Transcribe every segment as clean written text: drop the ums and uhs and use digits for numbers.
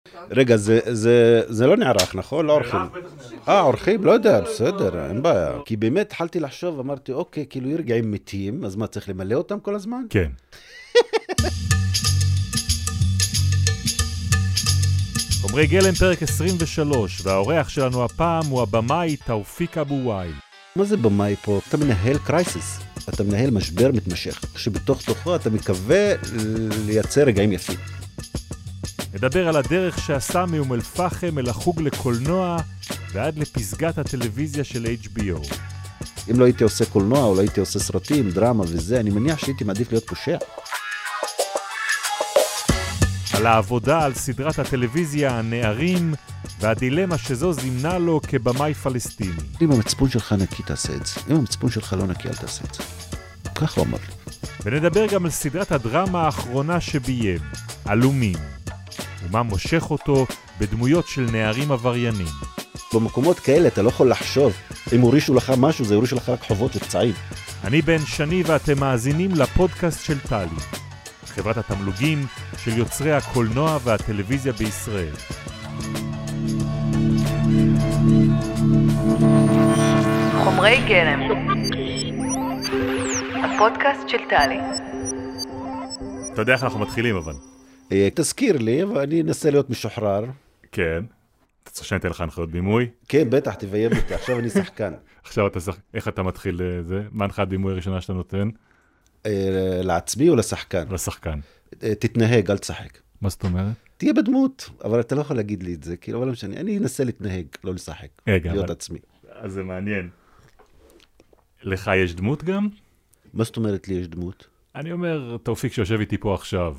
רגע, זה לא נערך, נכון? לא עורכים. עורכים? לא יודע, בסדר, אין בעיה. כי באמת התחלתי לחשוב, אמרתי, אוקיי, כאילו רגעים מתים, אז מה, צריך למלא אותם כל הזמן? כן. חומרי גלם פרק 23, והאורח שלנו הפעם הוא הבמאי תאופיק אבו וואיל. מה זה במאי פה? אתה מנהל קרייסיס, אתה מנהל משבר מתמשך, שבתוך תוכו אתה מקווה לייצר רגעים יפים. נדבר על הדרך שעשה מאום אל-פחם אל החוג לקולנוע ועד לפסגת הטלוויזיה של HBO. אם לא הייתי עושה קולנוע או לא הייתי עושה סרטים, דרמה וזה, אני מניח שהייתי מעדיף להיות פושע. על העבודה על סדרת הטלוויזיה הנערים והדילמה שזו זימנה לו כבמאי פלסטיני. אם המצפון שלך נקי תעשה את זה, אם המצפון שלך לא נקי אל תעשה את זה. כך הוא אמר לי. ונדבר גם על סדרת הדרמה האחרונה שביים, אלומים, ומה מושך אותו בדמויות של נערים עבריינים. במקומות כאלה אתה לא יכול לחשוב, אם הורישו לך משהו זה הורישו לך רק חובות ופצעים. אני בן שני ואתם מאזינים לפודקאסט של טלי, חברת התמלוגים של יוצרי הקולנוע והטלוויזיה בישראל. חומרי גלם, הפודקאסט של טלי. אתה יודע איך אנחנו מתחילים אבל? תזכיר לי, ואני אנסה להיות משוחרר. כן. אתה צריך שאני אתן לך הנחיות בימוי? כן, בטח, תביים אותי, עכשיו אני שחקן. עכשיו איך אתה מתחיל זה? מה הנחת בימוי הראשונה שאתה נותן? לעצמי או לשחקן? לשחקן. תתנהג, אל תשחק. מה זאת אומרת? תהיה בדמות, אבל אתה לא יכול להגיד לי את זה, כאילו, אבל לא משנה, אני אנסה להתנהג, לא לשחק, להיות עצמי. אז זה מעניין. לך יש דמות גם? מה זאת אומרת לי יש דמות? אני אומר, תאופיק שיושב איתי פה עכשיו,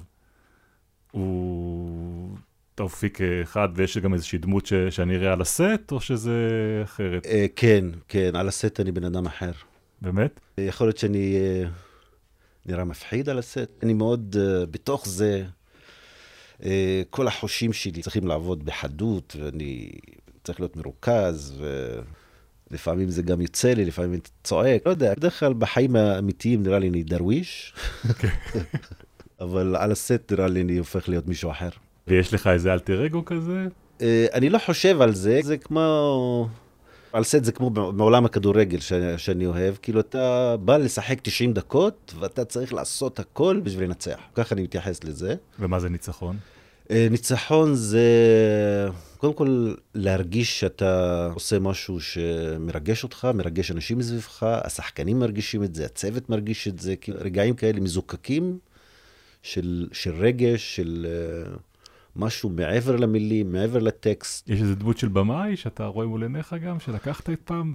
הוא תאופיק אחד, ויש גם איזושהי דמות שאני אראה על הסט, או שזה אחרת? כן, על הסט אני בן אדם אחר. באמת? יכול להיות שאני נראה מפחיד על הסט. אני מאוד בתוך זה, כל החושים שלי צריכים לעבוד בחדות, ואני צריך להיות מרוכז, ולפעמים זה גם יוצא לי, לפעמים אני צועק. לא יודע, בדרך כלל בחיים האמיתיים נראה לי אני דרוויש, אבל על הסט נראה לי אני הופך להיות מישהו אחר. ויש לך איזה אלטר אגו כזה? אני לא חושב על זה, זה כמו... על סט זה כמו מעולם הכדורגל שאני אוהב, כאילו אתה בא לשחק 90 דקות, ואתה צריך לעשות הכל בשביל לנצח. ככה אני מתייחס לזה. ומה זה ניצחון? ניצחון זה, קודם כל, להרגיש שאתה עושה משהו שמרגש אותך, מרגש אנשים מסביבך, השחקנים מרגישים את זה, הצוות מרגיש את זה, כאילו רגעים כאלה מזוקקים של רגש, של... משהו מעבר למילים, מעבר לטקסט. יש איזה דמות של במאי שאתה רואה מול עיניך גם, שלקחת את פעם?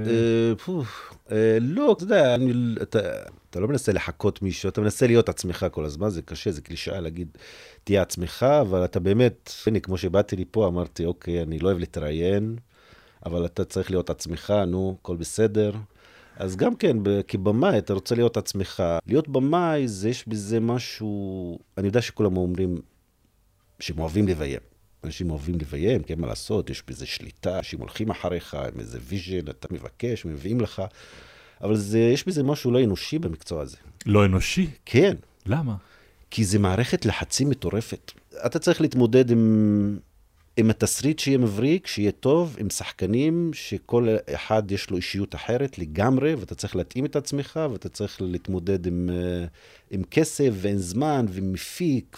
לא, אתה יודע, אתה לא מנסה לחכות מישהו, אתה מנסה להיות עצמך כל הזמן, זה קשה, זה קלישאה להגיד, תהיה עצמך, אבל אתה באמת, כמו שבאתי לי פה, אמרתי, אוקיי, אני לא אוהב להתראיין, אבל אתה צריך להיות עצמך, נו, הכל בסדר. אז גם כן, כבמאי, אתה רוצה להיות עצמך. להיות במאי, יש בזה משהו, אני יודע שכולם אומרים, שהם אוהבים לביים. אנשים אוהבים לביים, כי אין מה לעשות, יש בזה שליטה, אנשים הולכים אחריך, עם איזה ויז'ן, אתה מבקש, מביאים לך, אבל יש בזה משהו לא אנושי במקצוע הזה. לא אנושי? כן. למה? כי זה מערכת לחצים מטורפת. אתה צריך להתמודד עם התסריט שיהיה מבריק, שיהיה טוב, עם שחקנים, שכל אחד יש לו אישיות אחרת לגמרי, ואתה צריך להתאים את עצמך, ואתה צריך להתמודד עם כסף, ואין זמן, ומפיק,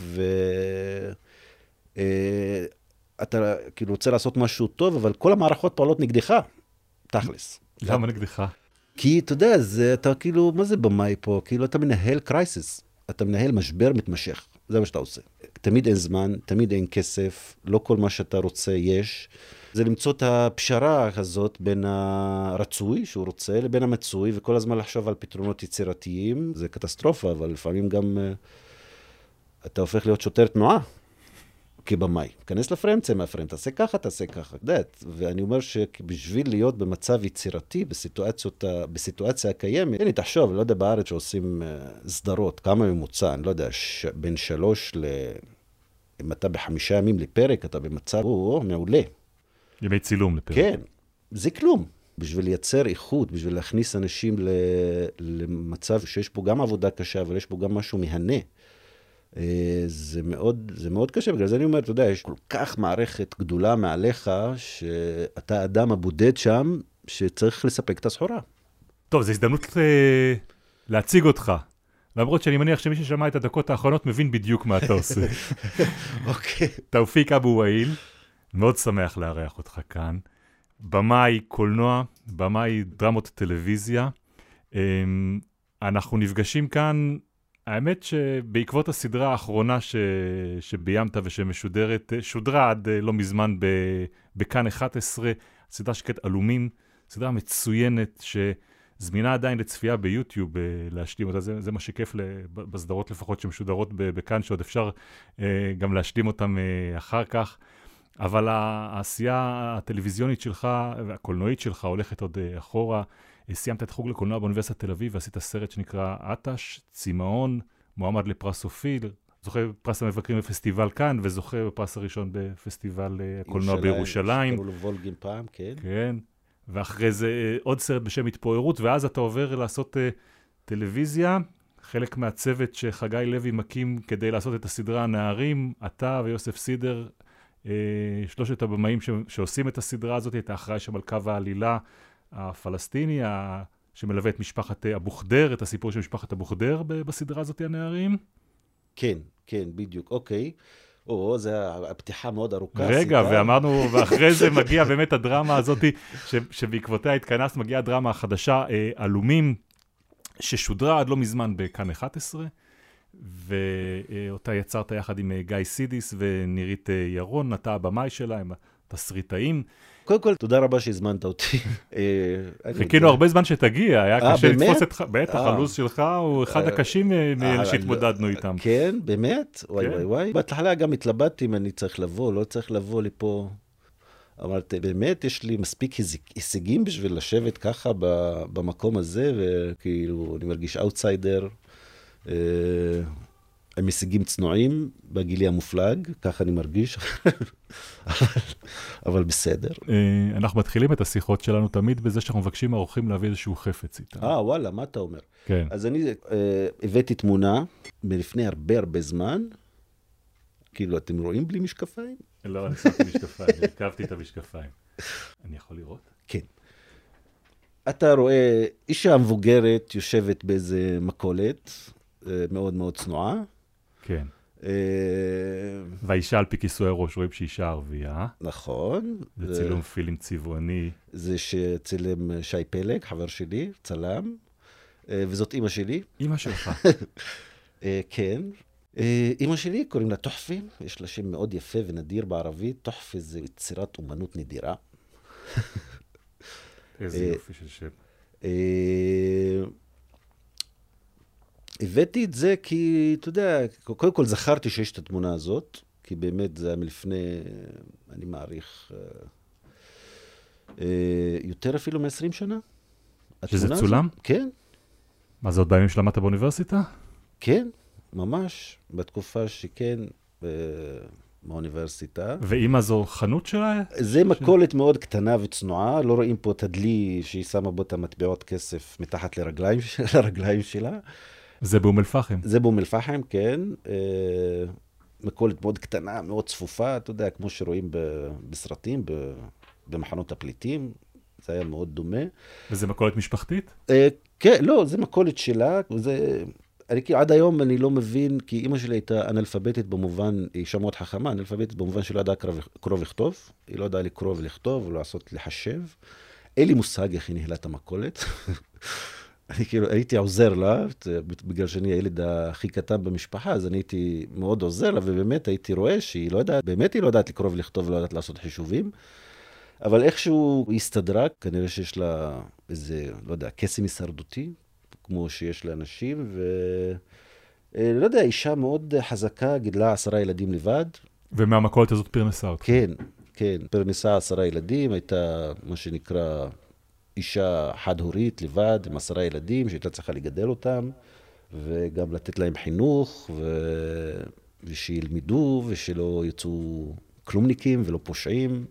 אתה כאילו רוצה לעשות משהו טוב, אבל כל המערכות פועלות נגדך, תכלס. למה נגדך? כי אתה יודע, אתה כאילו, מה זה במאי פה? כאילו אתה מנהל קרייסיס, אתה מנהל משבר מתמשך, זה מה שאתה עושה. תמיד אין זמן, תמיד אין כסף, לא כל מה שאתה רוצה יש. זה למצוא את הפשרה הזאת בין הרצוי שהוא רוצה לבין המצוי, וכל הזמן לחשוב על פתרונות יצירתיים. זה קטסטרופה, אבל לפעמים גם אתה הופך להיות שוטר תנועה. כבמאי. כנס לפריים, צא מהפריים, תעשה ככה. ואני אומר שבשביל להיות במצב יצירתי, בסיטואציה הקיימת, הנה תחשוב, לא יודע בארץ שעושים סדרות, כמה ממוצע, אני לא יודע, בין 3 אם אתה ב5 ימים לפרק, אתה במצב, מעולה. ימי צילום לפרק. כן, זה כלום. בשביל לייצר איכות, בשביל להכניס אנשים למצב שיש פה גם עבודה קשה, אבל יש פה גם משהו מהנה. זה מאוד קשה, בגלל זה אני אומר, אתה יודע, יש כל כך מערכת גדולה מעליך, שאתה אדם הבודד שם, שצריך לספק את הסחורה. טוב, זו הזדמנות להציג אותך. למרות שאני מניח שמי ששמע את הדקות האחרונות מבין בדיוק מה אתה עושה. אוקיי. תאופיק אבו וואיל, מאוד שמח לארח אותך כאן. במאי קולנוע, במאי דרמות טלוויזיה. אנחנו נפגשים כאן, האמת שבעקבות הסדרה האחרונה שביימת ושמשודרת, שודרה עד לא מזמן בכאן 11, סדרה שקט אלומים, סדרה מצוינת שזמינה עדיין לצפייה ביוטיוב, להשלים אותה, זה מה שכיף בסדרות לפחות שמשודרות בכאן, שעוד אפשר גם להשלים אותם אחר כך. אבל העשייה הטלוויזיונית שלך והקולנועית שלך הולכת עוד אחורה. סיימת את חוג לקולנוע באוניברסיטת תל אביב, ועשית סרט שנקרא עטש, צמאון, מועמד לפרס אופיל, זוכה בפרס המבקרים בפסטיבל כאן, וזוכה בפרס הראשון בפסטיבל הקולנוע בירושלים. שקראו לו וולגין פעם, כן. כן, ואחרי זה עוד סרט בשם התפוררות, ואז אתה עובר לעשות טלוויזיה, חלק מהצוות שחגי לוי מקים כדי לעשות את הסדרה הנערים, אתה ויוסף סידר, שלושת הבמאים שעושים את הסדרה הזאת, את האחראי שם על קו העלילה הפלסטיני, שמלווה את משפחת אבו ח'דיר, את הסיפור של משפחת אבו ח'דיר בסדרה הזאת, הנערים. כן, כן, בדיוק, אוקיי. זו הפתיחה מאוד ארוכה. רגע, ואמרנו, ואחרי זה מגיע באמת הדרמה הזאת, שבעקבותיה התכנס, מגיעה הדרמה החדשה, אלומים, ששודרה עד לא מזמן בכאן 11, ואותה יצרת יחד עם גיא סידיס ונירית ירון, אתה הבמאי שלה, עם התסריטאים. קודם כל, תודה רבה שהזמנת אותי. חיכינו הרבה זמן שתגיע, היה קשה לתפוס את... בטח, הלו"ז שלך הוא אחד הקשים שהתמודדנו איתם. כן, באמת? וואי. בהתחלה גם התלבטתי אם אני צריך לבוא, לא צריך לבוא לפה. אמרתי, באמת, יש לי מספיק הישגים בשביל לשבת ככה במקום הזה, וכאילו, אני מרגיש אאוטסיידר, עם הישגים צנועים, בגילי המופלג, ככה אני מרגיש, אבל בסדר. אנחנו מתחילים את השיחות שלנו תמיד בזה שאנחנו מבקשים מהאורחים להביא איזשהו חפץ איתם. וואלה, מה אתה אומר? כן. אז אני הבאתי תמונה מלפני הרבה זמן, כאילו, אתם רואים בלי משקפיים? לא, אני שמתי משקפיים, הרכבתי את המשקפיים. אני יכול לראות? כן. אתה רואה אישה מבוגרת יושבת באיזה מקולת, מאוד מאוד צנועה. כן. והאישה על פי כיסוי הראש, רואים שאישה ערבייה. נכון. זה צילום פילים צבעוני. זה שצילם שי פלג, חבר שלי, צלם, וזאת אמא שלי. אמא שלך. כן. אמא שלי קוראים לה תוחפי, יש לה שם מאוד יפה ונדיר בערבית. תוחפי זה יצירת אומנות נדירה. איזה יופי של שם. הבאתי את זה כי, אתה יודע, קודם כל זכרתי שיש את התמונה הזאת, כי באמת זה היה מלפני, אני מעריך, יותר אפילו מ-20 שנה. שזה צולם? כן. מה זה עוד בימים שלמדת באוניברסיטה? כן, ממש, בתקופה שכן, באוניברסיטה. ואמא זו חנות שלה? זה מקולת מאוד קטנה וצנועה, לא רואים פה את הדלי שהיא שמה בו את המטבעות כסף מתחת לרגליים שלה. זה באום אל-פחם. זה באום אל-פחם, כן. מקולת מאוד קטנה, מאוד צפופה, אתה יודע, כמו שרואים בסרטים, במחנות הפליטים. זה היה מאוד דומה. וזה מקולת משפחתית? כן, לא, זה מקולת שלה. עד היום אני לא מבין, כי אמא שלי הייתה אנאלפביתית במובן, היא אישה מאוד חכמה, אנאלפביתית במובן שלא ידעה קרוא וכתוב. היא לא ידעה לקרוא ולכתוב, ולא לעשות לחשב. אין לי מושג איך היא ניהלה את המקולת. אני כאילו, הייתי עוזר לה, בגלל שאני הילד הכי קטן במשפחה, אז אני הייתי מאוד עוזר לה, ובאמת הייתי רואה שהיא לא יודעת, באמת היא לא יודעת לקרוא ולכתוב, ולא יודעת לעשות חישובים, אבל איכשהו היא הסתדרה, כנראה שיש לה איזה, לא יודע, קסם הישרדותי, כמו שיש לאנשים, ולא יודע, אישה מאוד חזקה, גידלה 10 ילדים לבד. ומהמקולת הזאת פרנסה אותך. כן, כן, פרנסה 10 ילדים, הייתה מה שנקרא אישה חד-הורית לבד, עם 10 ילדים, שהייתה צריכה לגדל אותם, וגם לתת להם חינוך, ושילמדו, ושלא יצאו כלומניקים ולא פושעים,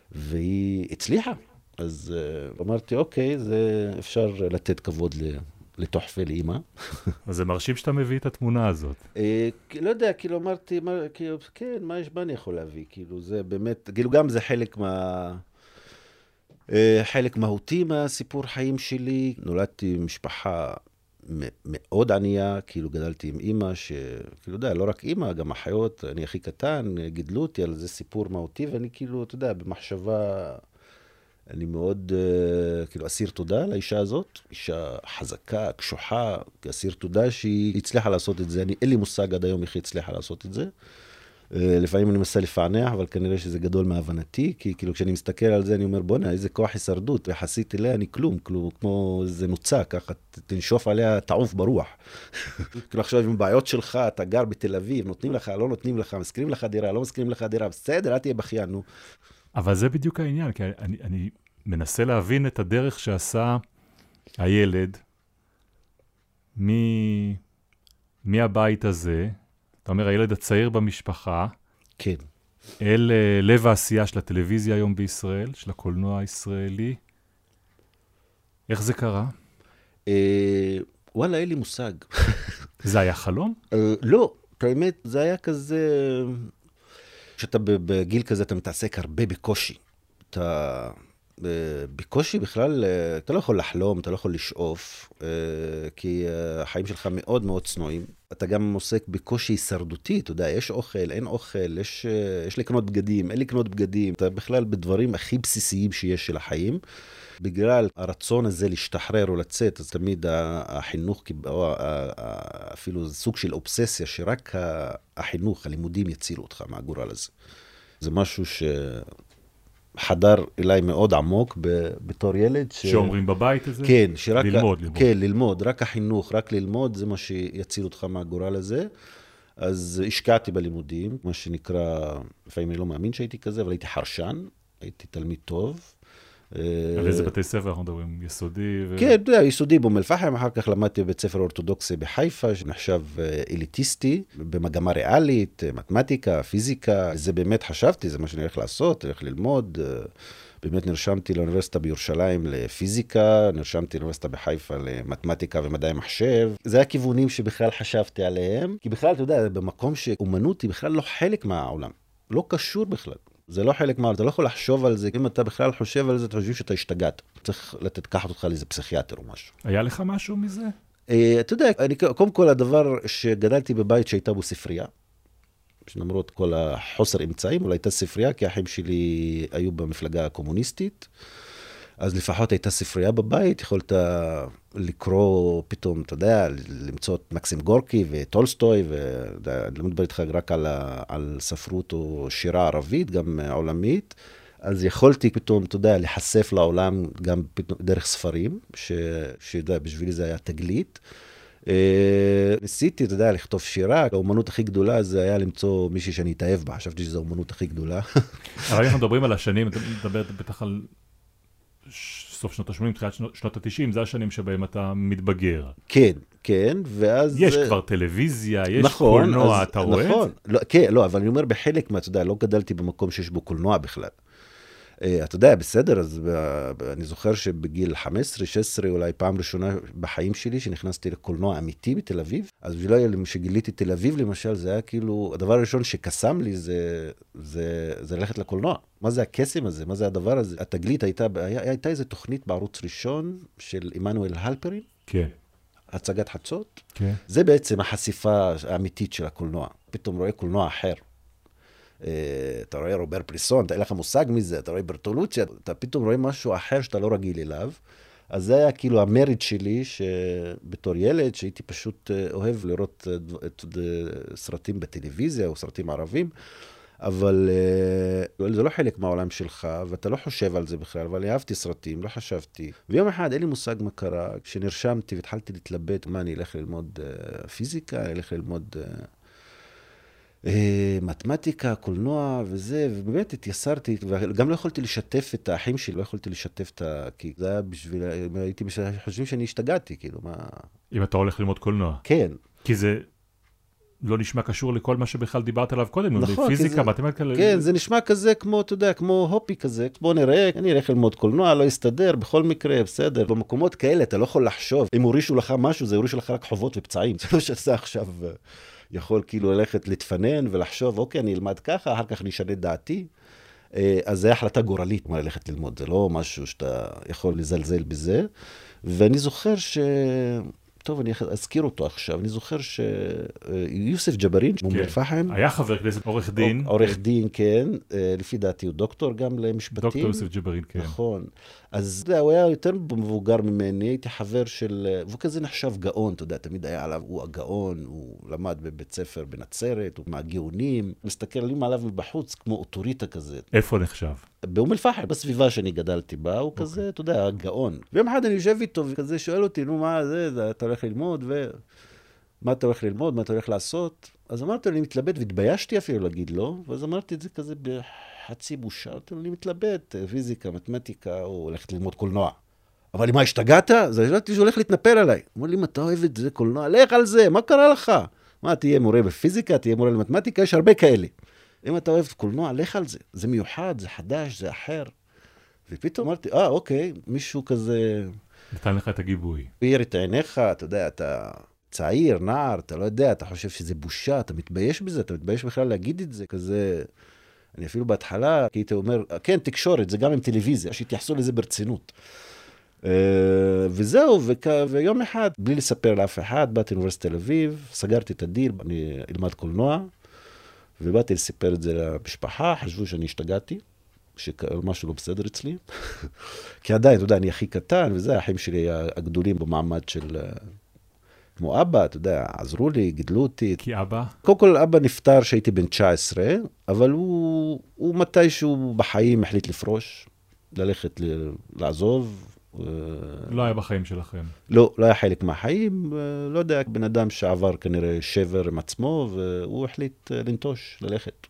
והיא הצליחה. אז אמרתי, אוקיי, זה אפשר לתת כבוד לתוחפה לאמא. אז זה מרשים שאתה מביא את התמונה הזאת. לא יודע, כאילו אמרתי, כן, מה אני יכול להביא? כאילו זה באמת, כאילו גם זה חלק מהותי מהסיפור חיים שלי. נולדתי במשפחה מאוד ענייה, כאילו גדלתי עם אמא, שכאילו יודע, לא רק אמא, גם אחיות, אני הכי קטן, גידלו אותי על זה סיפור מהותי, ואני כאילו, אתה יודע, במחשבה, אני מאוד, כאילו, אסיר תודה לאישה הזאת, אישה חזקה, קשוחה, אסיר תודה שהיא הצליחה לעשות את זה, אין לי מושג עד היום איך היא הצליחה לעשות את זה. לפעמים אני מנסה לפענח, אבל כנראה שזה גדול מהבנתי, כי כאילו כשאני מסתכל על זה, אני אומר, בונה, איזה כוח הישרדות, ויחסית אליה אני כלום, כמו איזה נוצה, ככה תנשוף עליה, תעוף ברוח. כאילו עכשיו עם בעיות שלך, אתה גר בתל אביב, נותנים לך, לא נותנים לך, מזכירים לך דירה, לא מזכירים לך דירה, בסדר, אל תהיה בכיין, נו. אבל זה בדיוק העניין, כי אני מנסה להבין את הדרך שעשה הילד מהבית הזה, אתה אומר, הילד הצעיר במשפחה, כן. אל לב העשייה של הטלוויזיה היום בישראל, של הקולנוע הישראלי. איך זה קרה? וואלה, אין לי מושג. זה היה חלום? לא, באמת, זה היה כזה, כשאתה בגיל כזה, אתה מתעסק הרבה בקושי. אתה בקושי בכלל, אתה לא יכול לחלום, אתה לא יכול לשאוף, כי החיים שלך מאוד מאוד צנועים. אתה גם עוסק בקושי הישרדותי, אתה יודע, יש אוכל, אין אוכל, יש לקנות בגדים, אין לקנות בגדים. אתה בכלל בדברים הכי בסיסיים שיש של החיים. בגלל הרצון הזה להשתחרר או לצאת, אז תמיד החינוך, או אפילו סוג של אובססיה, שרק החינוך, הלימודים יצילו אותך מהגורל הזה. זה משהו חדר אליי מאוד עמוק בתור ילד. שאומרים בבית הזה? כן, שרק ללמוד. כן, ללמוד, רק החינוך, רק ללמוד, זה מה שיציל אותך מהגורל הזה. אז השקעתי בלימודים, מה שנקרא, לפעמים אני לא מאמין שהייתי כזה, אבל הייתי חרשן, הייתי תלמיד טוב. על איזה בתי ספר אנחנו מדברים? יסודי? כן, אתה יודע, יסודי באום אל-פחם, אחר כך למדתי בבית ספר אורתודוקסי בחיפה, שנחשב אליטיסטי, במגמה ריאלית, מתמטיקה, פיזיקה. זה באמת חשבתי, זה מה שאני הולך לעשות, הולך ללמוד. באמת נרשמתי לאוניברסיטה בירושלים לפיזיקה, נרשמתי לאוניברסיטה בחיפה למתמטיקה ומדעי מחשב. זה הכיוונים שבכלל חשבתי עליהם, כי בכלל, אתה יודע, במקום שאומנות היא בכלל לא חלק מהעולם, לא קשור בכלל. זה לא חלק מהעולם, אתה לא יכול לחשוב על זה, אם אתה בכלל חושב על זה, אתה חושב שאתה השתגעת. צריך לקחת אותך לאיזה פסיכיאטר או משהו. היה לך משהו מזה? אתה יודע, קודם כל הדבר שגדלתי בבית שהייתה בו ספרייה, שלמרות כל החוסר אמצעים, אולי הייתה ספרייה, כי האחים שלי היו במפלגה הקומוניסטית, אז לפחות הייתה ספרייה בבית, יכולת לקרוא פתאום, אתה יודע, למצוא את מקסים גורקי וטולסטוי, ואני לא מדבר איתך רק על ספרות או שירה ערבית, גם עולמית, אז יכולתי פתאום, אתה יודע, להיחשף לעולם גם דרך ספרים, שיודע, בשבילי זה היה תגלית. ניסיתי, אתה יודע, לכתוב שירה, האומנות הכי גדולה זה היה למצוא מישהי שאני אתאהב בה, חשבתי שזו האומנות הכי גדולה. אבל אנחנו מדברים על השנים, אתה מדבר בטח על סוף שנות ה-80, תחילת שנות ה-90, זה השנים שבהם אתה מתבגר. כן, כן, ואז... יש כבר טלוויזיה, יש קולנוע, אתה רואה את זה? נכון, כן, לא, אבל אני אומר בחלק מה, אתה יודע, לא גדלתי במקום שיש בו קולנוע בכלל. אתה יודע, בסדר, אז אני זוכר שבגיל 15-16, אולי פעם ראשונה בחיים שלי, שנכנסתי לקולנוע אמיתי בתל אביב, אז בשביל שגיליתי תל אביב, למשל, זה היה כאילו, הדבר הראשון שקסם לי, זה ללכת לקולנוע. מה זה הקסם הזה? מה זה הדבר הזה? התגלית הייתה איזו תוכנית בערוץ ראשון של עמנואל הלפרין. כן. הצגת חצות. כן. זה בעצם החשיפה האמיתית של הקולנוע. פתאום רואה קולנוע אחר. אתה רואה רובר פריסון, אתה אין לך מושג מזה, אתה רואה ברטולוצ'ה, אתה פתאום רואה משהו אחר שאתה לא רגיל אליו. אז זה היה כאילו המריד שלי, שבתור ילד, שהייתי פשוט אוהב לראות את סרטים בטלוויזיה או סרטים ערבים, אבל זה לא חלק מהעולם שלך, ואתה לא חושב על זה בכלל, אבל אהבתי סרטים, לא חשבתי. ויום אחד אין לי מושג מה קרה, כשנרשמתי והתחלתי להתלבט, מה אני אלך ללמוד פיזיקה, אני אלך ללמוד מתמטיקה, קולנוע וזה, ובאמת התייסרתי, וגם לא יכולתי לשתף את האחים שלי, לא יכולתי לשתף כי זה היה בשביל, הייתי חושבים שאני השתגעתי, כאילו, מה... אם אתה הולך ללמוד קולנוע. כן. כי זה לא נשמע קשור לכל מה שבכלל דיברת עליו קודם, נכון, פיזיקה, מתמטיקה. כן, זה נשמע כזה כמו, אתה יודע, כמו הופי כזה. בוא נראה, אני אלך ללמוד קולנוע, לא יסתדר, בכל מקרה, בסדר. במקומות כאלה אתה לא יכול לחשוב. אם הורישו לך משהו, זה הורישו לך רק חובות ופצעים. זה לא שאתה עכשיו יכול כאילו ללכת להתפנן ולחשוב, אוקיי, אני אלמד ככה, אחר כך אני אשנה דעתי. אז זו החלטה גורלית מה ללכת ללמוד. זה לא משהו שאתה יכול לזלזל בזה. ואני זוכר טוב, אני אזכיר אותו עכשיו. אני זוכר שיוסף ג'בארין, מאום אל-פחם. היה חבר כנסת, עורך דין. עורך דין, כן. לפי דעתי הוא דוקטור גם למשפטים. דוקטור יוסף ג'בארין, כן. נכון. אז הוא היה יותר מבוגר ממני, הייתי חבר של... והוא כזה נחשב גאון, אתה יודע, תמיד היה עליו, הוא הגאון, הוא למד בבית ספר בנצרת, הוא מהגאונים. מסתכלים עליו מבחוץ כמו אוטוריטה כזה. איפה נחשב? באום אל-פחם, בסביבה שאני גדלתי בה, הוא כזה, אתה יודע, גאון. ויום אחד אני יושב איתו וכזה שואל אותי, נו מה זה, אתה הולך ללמוד, מה אתה הולך ללמוד, מה אתה הולך לעשות? אז אמרתי, אני מתלבט, והתביישתי אפילו להגיד לו, ואז אמרתי את זה כזה בחצי בושה, אני מתלבט, פיזיקה, מתמטיקה, או הולכת ללמוד קולנוע. אבל מה, השתגעת? אז אני חשבתי שהוא הולך להתנפל עליי. אמר לי, אם אתה אוהב את זה, קולנוע, לך על זה, מה קרה לך? מה, תהיה מורה בפיזיקה, תהיה מורה למתמטיקה, יש הרבה כאלה. אם אתה אוהב קולנוע, לך על זה. זה מיוחד, זה חדש, זה אחר. ופתאום אמרתי, אוקיי, מישהו כזה... נתן לך את הגיבוי. פיר את עיניך, אתה יודע, אתה צעיר, נער, אתה לא יודע, אתה חושב שזה בושה, אתה מתבייש בזה, אתה מתבייש בכלל להגיד את זה, כזה... אני אפילו בהתחלה, כי הייתי אומר, כן, תקשורת, זה גם עם טלוויזיה, שהתייחסו לזה ברצינות. וזהו, ויום אחד, בלי לספר לאף אחד, באתי לאוניברסיטת תל אביב, סגרתי את הדיל, אני אלמד קולנוע, ובאתי לספר את זה למשפחה, חשבו שאני השתגעתי, שמשהו לא בסדר אצלי. כי עדיין, אתה יודע, אני הכי קטן, וזה, האחים שלי הגדולים במעמד של... כמו אבא, אתה יודע, עזרו לי, גידלו אותי. כי אבא? קודם כל, אבא נפטר שהייתי בן 19, אבל הוא מתישהו בחיים החליט לפרוש, ללכת לעזוב. לא היה בחיים שלכם. לא היה חלק מהחיים, לא יודע, בן אדם שעבר כנראה שבר עם עצמו, והוא החליט לנטוש, ללכת.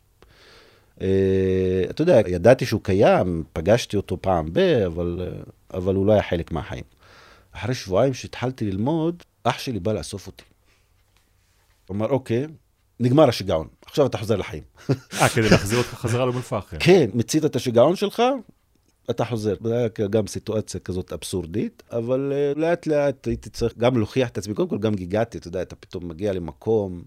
אתה יודע, ידעתי שהוא קיים, פגשתי אותו פעם אבל הוא לא היה חלק מהחיים. אחרי שבועיים שהתחלתי ללמוד, אח שלי בא לאסוף אותי. הוא אמר, אוקיי, נגמר השיגעון, עכשיו אתה חוזר לחיים. כדי להחזיר אותך חזרה לאום אל-פחם. כן, מצית את השיגעון שלך, אתה חוזר. זה היה גם סיטואציה כזאת אבסורדית, אבל לאט לאט הייתי צריך גם להוכיח את עצמי, קודם כל גם גיגעתי, אתה יודע, אתה פתאום מגיע למקום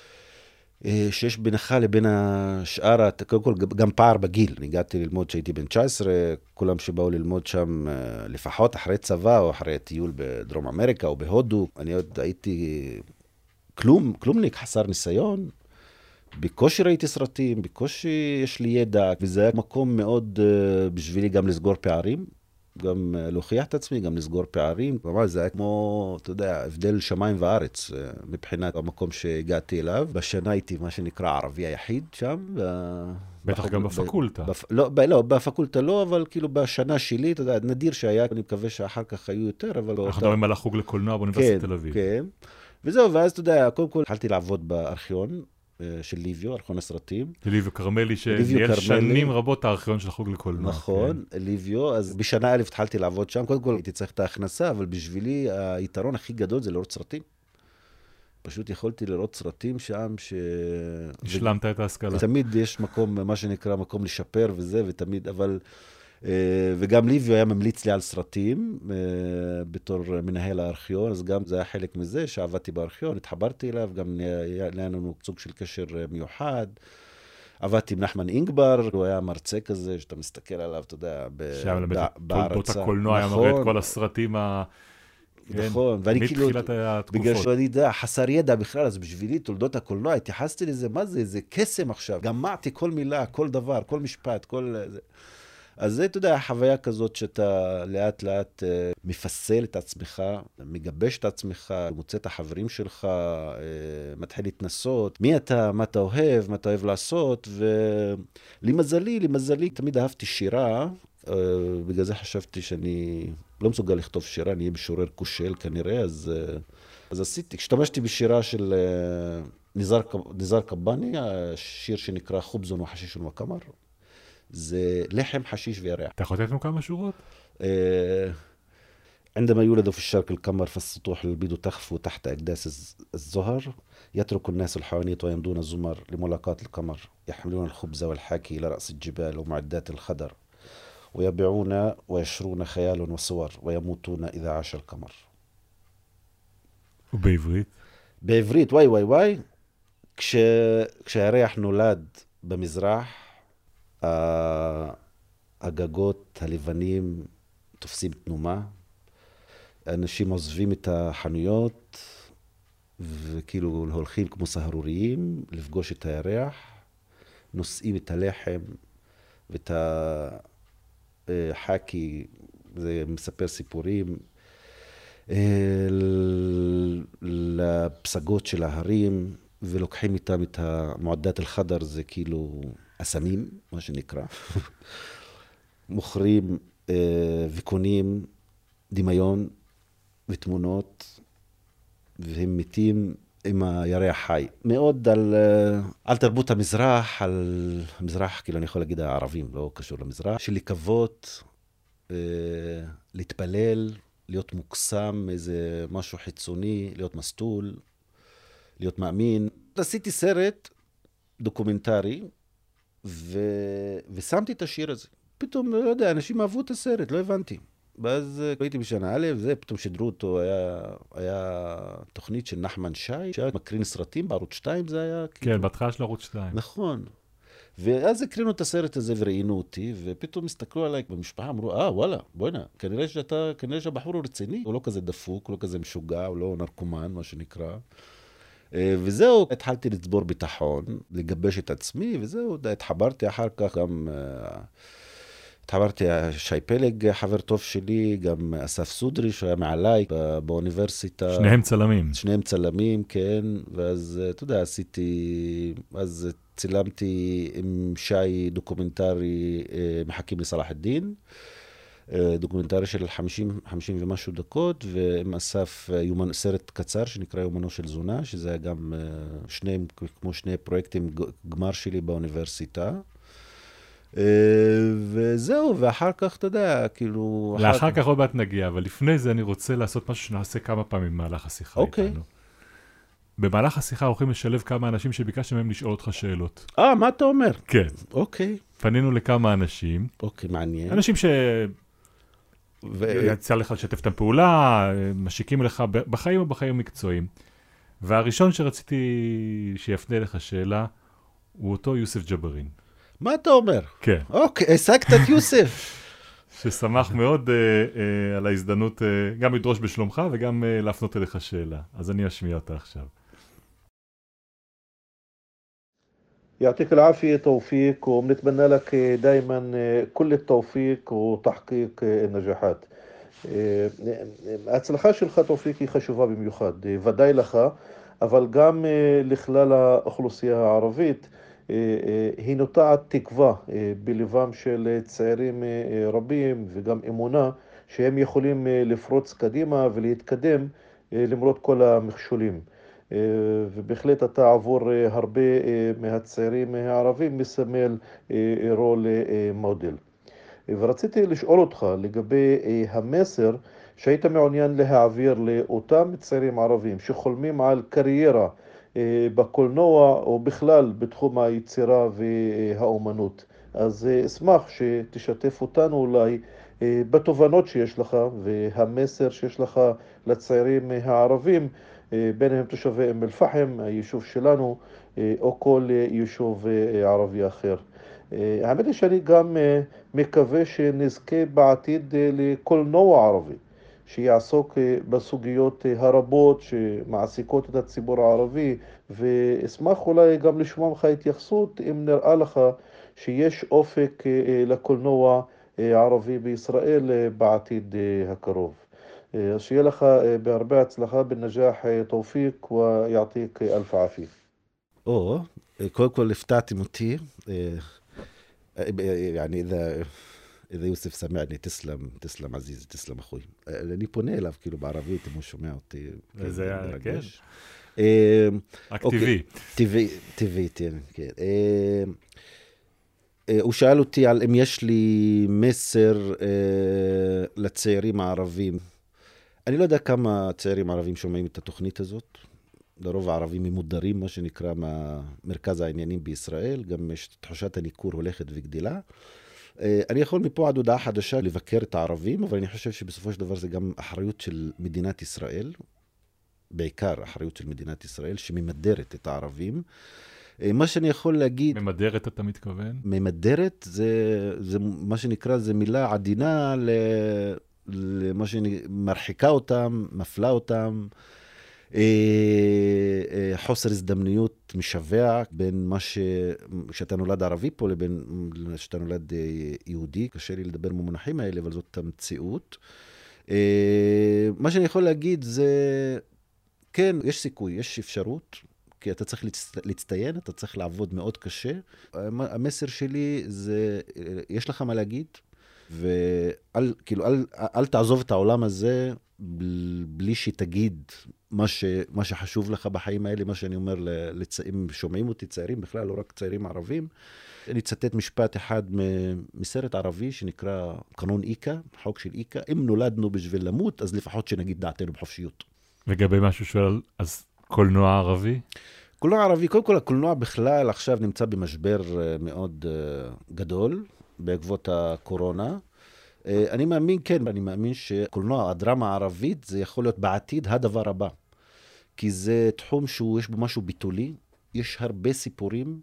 שיש בינך לבין השאר, קודם כל גם פער בגיל. אני הגעתי ללמוד שהייתי בן 19, כולם שבאו ללמוד שם לפחות אחרי צבא או אחרי טיול בדרום אמריקה או בהודו. אני עוד הייתי כלומניק, חסר ניסיון. בקושי ראיתי סרטים, בקושי יש לי ידע, וזה היה מקום מאוד בשבילי גם לסגור פערים, גם להוכיח את עצמי, גם לסגור פערים. כלומר, זה היה כמו, אתה יודע, הבדל שמיים וארץ, מבחינת המקום שהגעתי אליו. בשנה הייתי מה שנקרא ערבי היחיד שם. בטח גם בפקולטה. לא, בפקולטה לא, אבל כאילו בשנה שלי, אתה יודע, נדיר שהיה, אני מקווה שאחר כך היו יותר, אבל... אנחנו מדברים על החוג לקולנוע באוניברסיטת תל אביב. כן, וזהו, ואז אתה יודע, קודם כל התחלתי לעבוד בארכיון, של ליביו, ארכיון הסרטים. ליביו קרמלי, שניהל שנים רבות הארכיון של החוג לקולנוע. נכון, ליביו, אז בשנה א' התחלתי לעבוד שם, קודם כל הייתי צריך את ההכנסה, אבל בשבילי היתרון הכי גדול זה לראות סרטים. פשוט יכולתי לראות סרטים שם השלמת את ההשכלה. תמיד יש מקום, מה שנקרא, מקום לשפר וזה, ותמיד, אבל... וגם ליביו היה ממליץ לי על סרטים בתור מנהל הארכיון, אז גם זה היה חלק מזה שעבדתי בארכיון, התחברתי אליו, גם היה לנו סוג של קשר מיוחד. עבדתי עם נחמן אינגבר, הוא היה מרצה כזה, שאתה מסתכל עליו, אתה יודע, בהרצאה. תולדות הקולנוע היה מראה את כל הסרטים נכון, ואני כאילו, מתחילת התקופות. בגלל שאני יודע, חסר ידע בכלל, אז בשבילי תולדות הקולנוע, התייחסתי לזה, מה זה? זה קסם עכשיו. גמעתי כל מילה, כל דבר, כל משפט, כל זה. אז זה, אתה יודע, החוויה כזאת שאתה לאט לאט מפסל את עצמך, מגבש את עצמך, מוצא את החברים שלך, מתחיל להתנסות, מי אתה, מה אתה אוהב לעשות, למזלי, תמיד אהבתי שירה, בגלל זה חשבתי שאני לא מסוגל לכתוב שירה, אני אהיה משורר כושל כנראה, אז עשיתי, השתמשתי בשירה של ניזאר קבאני, השיר שנקרא חובזון וחשישון וקמר, זה לחם, חשיש וירח. אתה יכול לתת לנו כמה שורות? عندما يولد في الشرق القمر فالسطوح البيض تخفو تحت أكداس الزهر يترك الناس الحوانيت ويمضون الزمر لملاقاة القمر يحملون الخبز والحاكي إلى رأس الجبال ومعدات الخضر ويبيعون ويشرون خيال وصور ويموتون إذا عاش القمر. ובעברית? בעברית, וואי, כשהירח נולד במזרח, הגגות הלבנים תופסים תנומה, אנשים עוזבים את החנויות, וכאילו הולכים כמו סהרוריים לפגוש את הירח, נושאים את הלחם ואת החקי, זה מספר סיפורים, לפסגות של ההרים, ולוקחים איתם את המועדת אל-חדר, זה כאילו אסמים, מה שנקרא. מוכרים וקונים דמיון ותמונות, והם מתים עם הירח חי. מאוד על תרבות המזרח, על המזרח, כאילו אני יכול להגיד הערבים, לא קשור למזרח, של לקוות, להתפלל, להיות מוקסם, איזה משהו חיצוני, להיות מסטול, להיות מאמין. עשיתי סרט דוקומנטרי, ושמתי את השיר הזה. פתאום, לא יודע, אנשים אהבו את הסרט, לא הבנתי. ואז הייתי בשנה א', זה פתאום שדרו אותו, היה תוכנית של נחמן שי, שהיה מקרין סרטים בערוץ 2, זה היה... כן, בהתחלה של ערוץ 2. נכון. ואז הקרינו את הסרט הזה וראינו אותי, ופתאום הסתכלו עליי במשפחה, אמרו, וואלה, בוא'נה, כנראה שהבחור הוא רציני, הוא לא כזה דפוק, הוא לא כזה משוגע, הוא לא נרקומן, מה שנקרא. וזהו, התחלתי לצבור ביטחון, לגבש את עצמי, וזהו, התחברתי אחר כך גם... התחברתי שי פלג, חבר טוב שלי, גם אסף סודרי, שהיה מעליי באוניברסיטה. שניהם צלמים, כן. ואז, אתה יודע, אז צילמתי עם שי דוקומנטרי, מחכים לסלאח א-דין, דוקומנטרי של 50 ומשהו דקות, ועם אסף סרט קצר שנקרא יומנו של זונה, שזה היה גם כמו שני פרויקטים גמר שלי באוניברסיטה. וזהו, ואחר כך, אתה יודע, כאילו... לאחר כך עוד מעט נגיע, אבל לפני זה אני רוצה לעשות משהו שנעשה כמה פעמים במהלך השיחה איתנו. במהלך השיחה הולכים לשלב כמה אנשים שביקשתם מהם לשאול אותך שאלות. מה אתה אומר? כן. אוקיי. פנינו לכמה אנשים. אוקיי, מעניין. אנשים יצא לך לשתף את הפעולה, משיקים לך בחיים או בחיים מקצועיים. והראשון שרציתי שיפנה לך שאלה, הוא אותו יוסף ג'בארין. מה אתה אומר? כן. אוקיי, העסקת את יוסף. ששמח מאוד על ההזדמנות, גם לדרוש בשלומך וגם להפנות אליך שאלה. אז אני אשמיע אותה עכשיו. يعطيك العافية توفيق وبنتمنى لك دائما كل التوفيق وتحقيق النجاحات. ההצלחה שלך תופיק היא חשובה במיוחד, ודאי לך, אבל גם לכלל האוכלוסייה הערבית. היא נוטעת תקווה בלבם של צעירים רבים וגם אמונה שהם יכולים לפרוץ קדימה ולהתקדם למרות כל המכשולים. ובהחלט אתה עבור הרבה מהצעירים הערבים מסמל רול מודל. ורציתי לשאול אותך לגבי המסר שהיית מעוניין להעביר לאותם צעירים ערבים שחולמים על קריירה בקולנוע או בכלל בתחום היצירה והאומנות. אז אשמח שתשתף אותנו אולי בתובנות שיש לך והמסר שיש לך לצעירים הערבים, ביניהם תושבי אום אל-פחם, היישוב שלנו, או כל יישוב ערבי אחר. האמת היא שאני גם מקווה שנזכה בעתיד לקולנוע ערבי, שיעסוק בסוגיות הרבות שמעסיקות את הציבור הערבי, ואשמח אולי גם לשמוע ממך התייחסות אם נראה לך שיש אופק לקולנוע ערבי בישראל בעתיד הקרוב. אז שיהיה לך בהרבה הצלחה, בנג'אח תופיק ויעתיק אלף עפיה. קודם כל הפתעתם אותי, يعني إذا يوسف سمعني تسلم عزيزي تسلم أخوي. אני פונה אליו כאילו בערבית, אם הוא שומע אותי. זה היה, כן. רק טבעי, כן. הוא שאל אותי על אם יש לי מסר לצעירים הערבים אני לא יודע כמה צעירים ערבים שומעים את התוכנית הזאת. לרוב הערבים ממודרים, מה שנקרא, מהמרכז העניינים בישראל. גם יש תחושת הניכור הולכת וגדילה. אני יכול מפה עד הודעה חדשה לבקר את הערבים, אבל אני חושב שבסופו של דבר זה גם אחריות של מדינת ישראל, בעיקר אחריות של מדינת ישראל, שממדרת את הערבים. מה שאני יכול להגיד... ממדרת אתה מתכוון? ממדרת זה מה שנקרא, זה מילה עדינה למה שמרחיקה אותם, מפלה אותם, חוסר הזדמנויות משווע בין מה שאתה נולד ערבי פה לבין שאתה נולד יהודי. קשה לי לדבר במונחים האלה, אבל זאת המציאות. מה שאני יכול להגיד זה, כן, יש סיכוי, יש אפשרות, כי אתה צריך להצטיין, אתה צריך לעבוד מאוד קשה. המסר שלי זה, יש לך מה להגיד, אל תעזוב את העולם הזה בלי שתגיד מה שחשוב לך בחיים האלה, מה שאני אומר לצעירים, שומעים אותי צעירים בכלל, לא רק צעירים ערבים. אני אצטט משפט אחד מסרט ערבי שנקרא קנון איקה, חוק של איקה. אם נולדנו בשביל למות, אז לפחות שנגיד דעתנו בחופשיות. לגבי משהו שואל, אז קולנוע ערבי? קולנוע ערבי, קודם כל הקולנוע בכלל עכשיו נמצא במשבר מאוד גדול בעקבות הקורונה. אני מאמין, כן, אני מאמין שקולנוע, הדרמה הערבית, זה יכול להיות בעתיד הדבר הבא. כי זה תחום שיש בו משהו ביטולי, יש הרבה סיפורים,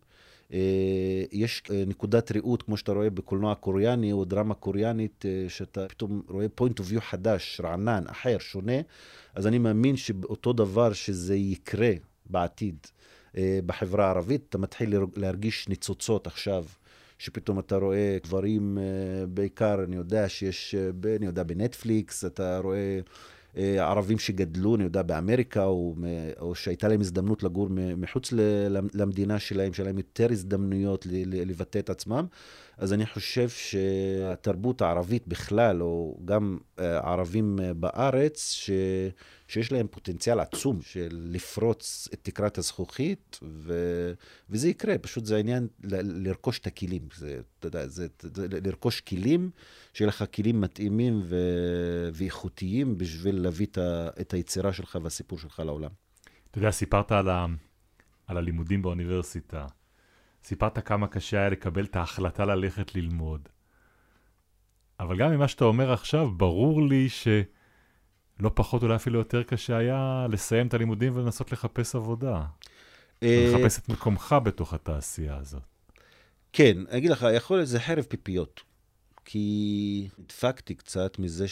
יש נקודת ראות, כמו שאתה רואה בקולנוע קוריאני או דרמה קוריאנית, שאתה פתאום רואה point of view חדש, רענן, אחר, שונה. אז אני מאמין שבאותו דבר שזה יקרה בעתיד בחברה הערבית, אתה מתחיל להרגיש ניצוצות עכשיו, שפתאום אתה רואה דברים, בעיקר אני יודע שיש, אני יודע בנטפליקס, אתה רואה ערבים שגדלו, אני יודע באמריקה, או שהייתה להם הזדמנות לגור מחוץ למדינה שלהם, שלהם יותר הזדמנויות לבטא את עצמם. אז אני חושב שהתרבות הערבית בכלל, או גם ערבים בארץ, שיש להם פוטנציאל עצום של לפרוץ את תקרת הזכוכית, וזה יקרה. פשוט זה העניין לרכוש את הכלים. אתה יודע, זה לרכוש כלים, שיהיה לך כלים מתאימים ואיכותיים בשביל להביא את היצירה שלך והסיפור שלך לעולם. אתה יודע, סיפרת על הלימודים באוניברסיטה. סיפרת כמה קשה היה לקבל את ההחלטה ללכת ללמוד. אבל גם ממה שאתה אומר עכשיו, ברור לי שלא פחות, אולי אפילו יותר קשה היה לסיים את הלימודים ולנסות לחפש עבודה. לחפש את מקומך בתוך התעשייה הזאת. כן, אני אגיד לך, יכול להיות זה חרב פיפיות. כי הדפקתי קצת מזה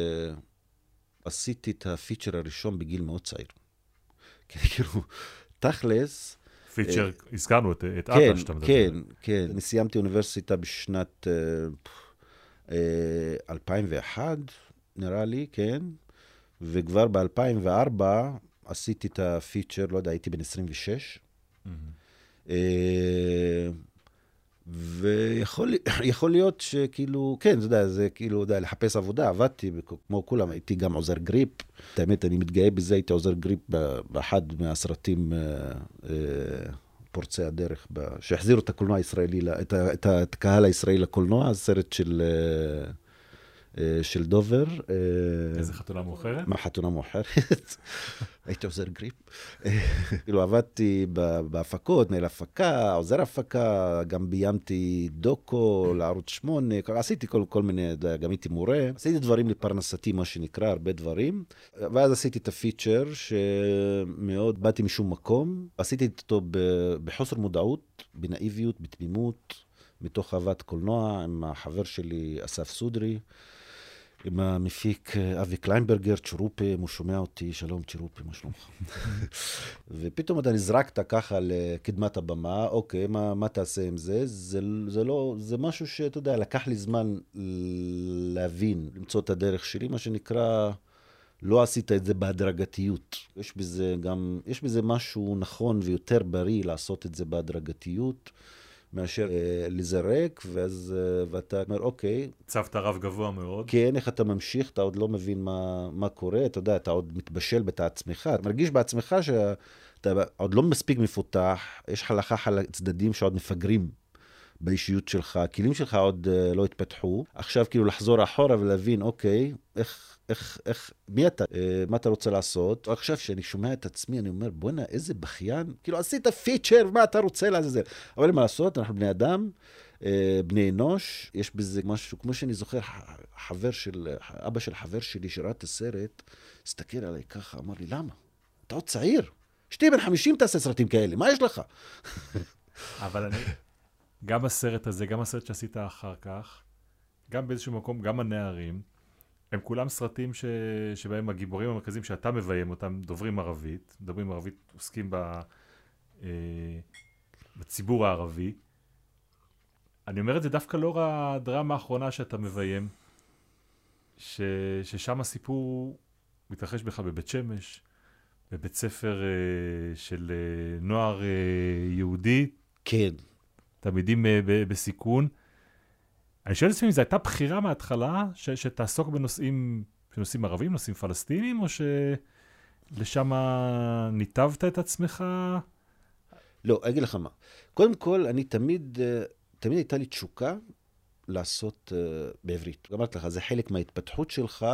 שעשיתי את הפיצ'ר הראשון בגיל מאוד צעיר. כאילו, תכלס... פיצ'ר, הזכרנו את אבא שאתה מדבר. כן, כן. אני סיימתי אוניברסיטה בשנת 2001, נראה לי, כן. וכבר ב-2004 עשיתי את הפיצ'ר, לא יודע, הייתי בן 26. ויכול להיות שכאילו, כן, זה כאילו, לחפש עבודה, עבדתי, כמו כולם, הייתי גם עוזר גריפ. האמת, אני מתגאה בזה, הייתי עוזר גריפ באחד מהסרטים פורצי הדרך, שהחזירו את הקולנוע הישראלי, את הקהל הישראלי לקולנוע, הסרט של דובר. איזה חתונה מאוחרת? מה חתונה מאוחרת? הייתי עוזר גריפ. כאילו עבדתי בהפקות, מנהל הפקה, עוזר הפקה, גם ביימתי דוקו לערוץ 8, עשיתי כל מיני, גם הייתי מורה. עשיתי דברים לפרנסתי, מה שנקרא, הרבה דברים. ואז עשיתי את הפיצ'ר שמאוד באתי משום מקום. עשיתי אותו בחוסר מודעות, בנאיביות, בתמימות, מתוך אהבת קולנוע, עם החבר שלי אסף סודרי. עם המפיק אבי קליינברגר, צ'רופי, הוא שומע אותי, שלום צ'רופי, מה שלומך? ופתאום אתה נזרקת ככה לקדמת הבמה, אוקיי, מה תעשה עם זה? זה משהו שאתה יודע, לקח לי זמן להבין, למצוא את הדרך שלי, מה שנקרא, לא עשית את זה בהדרגתיות. יש בזה משהו נכון ויותר בריא לעשות את זה בהדרגתיות, מאשר לזרק, ואתה אומר, אוקיי. צבת רב גבוה מאוד. כן, איך אתה ממשיך, אתה עוד לא מבין מה קורה, אתה יודע, אתה עוד מתבשל בעצמך, אתה מרגיש בעצמך שאתה עוד לא מספיק מפותח, יש לך צדדים שעוד מפגרים באישיות שלך, הכלים שלך עוד לא התפתחו. עכשיו כאילו לחזור אחורה ולהבין, אוקיי, מי אתה? מה אתה רוצה לעשות? עכשיו שאני שומע את עצמי, אני אומר, בוא'נה, איזה בכיין. כאילו, עשית פיצ'ר, מה אתה רוצה לעזאזל? אבל מה לעשות, אנחנו בני אדם, בני אנוש, יש בזה משהו, כמו שאני זוכר, אבא של חבר שלי שראה את הסרט, הסתכל עליי ככה, אמר לי, למה? אתה עוד צעיר. שתי בן 50 תעשה סרטים כאלה, מה יש לך? אבל גם הסרט הזה, גם הסרט שעשית אחר כך, גם באיזשהו מקום, גם הנערים, הם כולם סרטים שבהם הגיבורים המרכזיים שאתה מביים אותם, דוברים ערבית, עוסקים בציבור הערבי. אני אומר את זה דווקא לאור הדרמה האחרונה שאתה מביים, ששם הסיפור מתרחש בך בבית שמש, בבית ספר של נוער יהודי. כן. תלמידים בסיכון. אני שואל לעצמי, זו הייתה בחירה מההתחלה שתעסוק בנושאים ערבים, נושאים פלסטינים, או שלשם ניתבת את עצמך? לא, אגיד לך מה. קודם כל, אני תמיד הייתה לי תשוקה לעשות בעברית. אמרתי לך, זה חלק מההתפתחות שלך,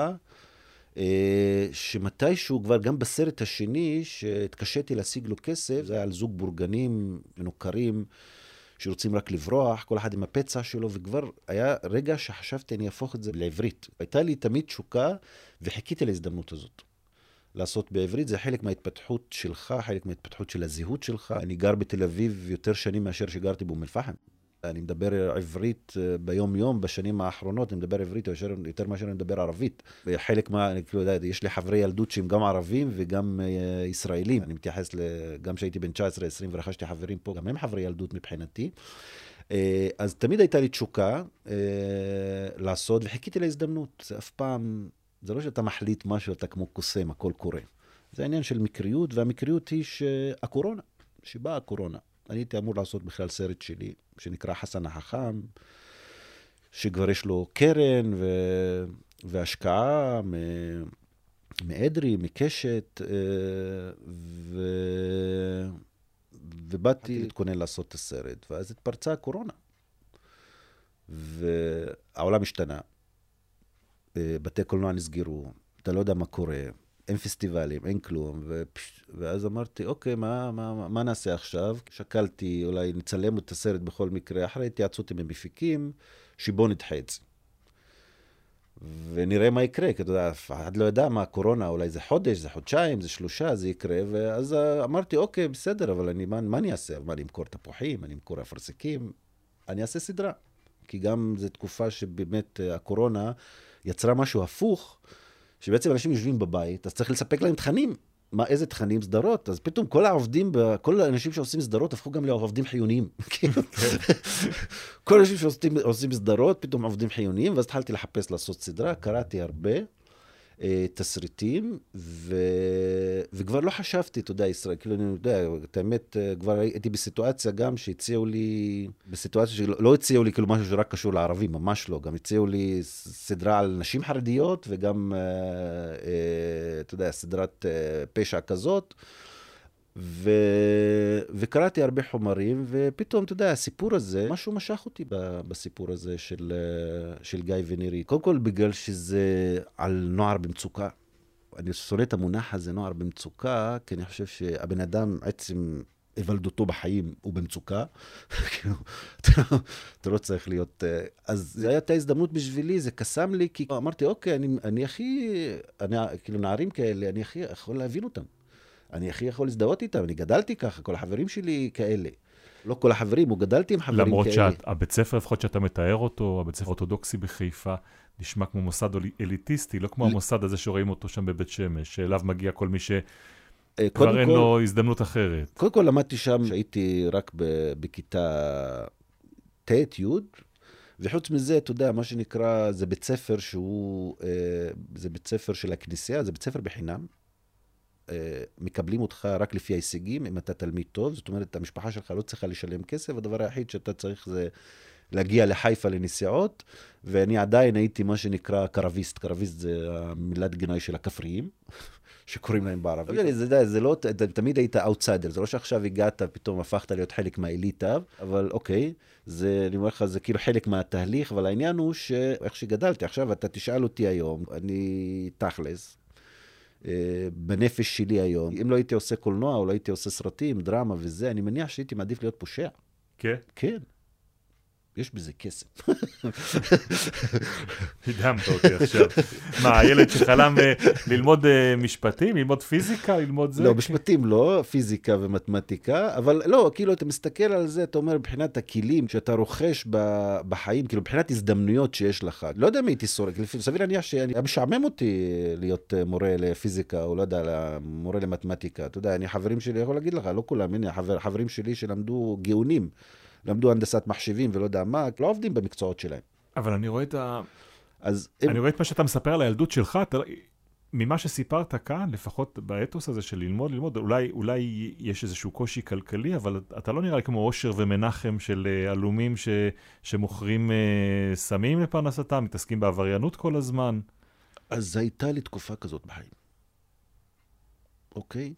שמתישהו כבר גם בסרט השני, שהתקשיתי להשיג לו כסף, זה היה על זוג בורגנים מנוכרים, שרוצים רק לברוח, כל אחד עם הפצע שלו, וכבר היה רגע שחשבתי אני אהפוך את זה לעברית. הייתה לי תמיד תשוקה, וחיכיתי להזדמנות הזאת. לעשות בעברית, זה חלק מההתפתחות שלך, חלק מההתפתחות של הזהות שלך. אני גר בתל אביב יותר שנים מאשר שגרתי באום אל-פחם. אני מדבר עברית ביום יום, בשנים האחרונות, אני מדבר עברית יותר מאשר אני מדבר ערבית. וחלק יש לי חברי ילדות שהם גם ערבים וגם ישראלים. אני מתייחס גם שהייתי בן 19-20 ורכשתי חברים פה, גם הם חברי ילדות מבחינתי. אז תמיד הייתה לי תשוקה לעשות, וחיכיתי להזדמנות. זה אף פעם, זה לא שאתה מחליט משהו, אתה כמו קוסם, הכל קורה. זה העניין של מקריות, והמקריות היא שהקורונה, שבאה הקורונה. אני הייתי אמור לעשות בכלל סרט שלי, שנקרא חסן החכם, שכבר יש לו קרן והשקעה מאדרי, מקשת, ובאתי להתכונן לעשות את הסרט, ואז התפרצה הקורונה. והעולם השתנה, בתי קולנוע נסגרו, אתה לא יודע מה קורה, אין פסטיבלים, אין כלום, ואז אמרתי, אוקיי, מה נעשה עכשיו? שקלתי, אולי נצלם את הסרט בכל מקרה, אחרי התייעצות עם המפיקים, שבו נדחה את זה. ונראה מה יקרה, כי אתה יודע, עד לא יודע מה הקורונה, אולי זה חודש, זה חודשיים, זה 3, זה יקרה, ואז אמרתי, אוקיי, בסדר, אבל מה אני אעשה? מה, אני אמכור תפוחים, אני אמכור אפרסקים, אני אעשה סדרה. כי גם זו תקופה שבאמת הקורונה יצרה משהו הפוך, שבעצם אנשים יושבים בבית, אז צריך לספק להם תכנים. איזה תכנים? סדרות. אז פתאום כל האנשים שעושים סדרות הפכו גם לעובדים חיוניים. כל האנשים שעושים סדרות פתאום עובדים חיוניים, ואז התחלתי לחפש לעשות סדרה, קראתי הרבה תסריטים, וכבר לא חשבתי, אתה יודע, ישראל, כאילו אני יודע, את האמת, כבר הייתי בסיטואציה גם שהציעו לי, בסיטואציה שלא הציעו לי כאילו משהו שרק קשור לערבים, ממש לא, גם הציעו לי סדרה על נשים חרדיות, וגם, אתה יודע, סדרת פשע כזאת, וקראתי הרבה חומרים, ופתאום, אתה יודע, הסיפור הזה, משהו משך אותי בסיפור הזה של גיא ונירי. קודם כל, בגלל שזה על נוער במצוקה. אני שונא את המונח הזה, נוער במצוקה, כי אני חושב שהבן אדם, עצם היוולדותו בחיים, הוא במצוקה. אתה לא צריך להיות... אז זו הייתה הזדמנות בשבילי, זה קסם לי, כי אמרתי, אוקיי, כאילו נערים כאלה, אני הכי יכול להבין אותם. אני הכי יכול להזדהות איתם, אני גדלתי ככה, כל החברים שלי כאלה. לא כל החברים, הוא גדלתי עם חברים למרות כאלה. למרות שהבית ספר, לפחות שאתה מתאר אותו, הבית ספר אורתודוקסי בחיפה, נשמע כמו מוסד אליטיסטי, לא כמו המוסד הזה שרואים אותו שם בבית שמש, שאליו מגיע כל מי שכבר אין לו הזדמנות אחרת. קודם כל למדתי שם, שהייתי רק בכיתה ט'-י', וחוץ מזה, אתה יודע, מה שנקרא, זה בית ספר שהוא, זה בית ספר של הכנסייה, זה בית ספר בחינם. מקבלים אותך רק לפי ההישגים, אם אתה תלמיד טוב, זאת אומרת, המשפחה שלך לא צריכה לשלם כסף, הדבר היחיד שאתה צריך זה להגיע לחיפה לנסיעות, ואני עדיין הייתי מה שנקרא קרביסט, קרביסט זה המילת גנאי של הכפריים, שקוראים להם בערבית. זה לא, תמיד היית אאוטסיידר, זה לא שעכשיו הגעת, פתאום הפכת להיות חלק מהאליטה, אבל אוקיי, אני אומר לך, זה כאילו חלק מהתהליך, אבל העניין הוא שאיך שגדלתי, עכשיו אתה תשאל אותי היום, אני תכלס, בנפש שלי היום, אם לא הייתי עושה קולנוע, או לא הייתי עושה סרטים, דרמה וזה, אני מניח שהייתי מעדיף להיות פושע. כן? כן. יש בזה כסף. הדהמת אותי עכשיו. מה, הילד שחלם ללמוד משפטים, ללמוד פיזיקה, ללמוד זה? לא, משפטים לא, פיזיקה ומתמטיקה, אבל לא, כאילו אתה מסתכל על זה, אתה אומר, מבחינת הכלים שאתה רוכש בחיים, כאילו מבחינת הזדמנויות שיש לך. לא יודע מי הייתי סורק, סביר להניח שאני משעמם אותי להיות מורה לפיזיקה, או לא יודע, מורה למתמטיקה. אתה יודע, חברים שלי, יכול להגיד לך, לא כולם, הנה, חברים שלי שלמדו גאונים, למדו הנדסת מחשבים ולא יודע מה, לא עובדים במקצועות שלהם. אבל אני רואה אני רואה את מה שאתה מספר על הילדות שלך, ממה שסיפרת כאן, לפחות באתוס הזה של ללמוד, אולי יש איזשהו קושי כלכלי, אבל אתה לא נראה לי כמו אושר ומנחם של אלומים שמוכרים סמים לפרנסתם, מתעסקים בעבריינות כל הזמן. אז הייתה לי תקופה כזאת בחיים. אוקיי?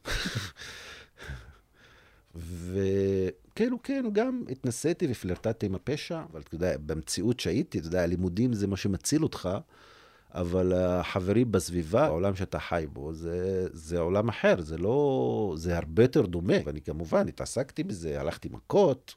וכאילו, כן, גם התנסיתי ופלרטטתי עם הפשע, אבל אתה יודע, במציאות שהייתי, אתה יודע, הלימודים זה מה שמציל אותך, אבל החברים בסביבה, העולם שאתה חי בו, זה עולם אחר, זה הרבה יותר דומה. ואני כמובן התעסקתי בזה, הלכתי מכות,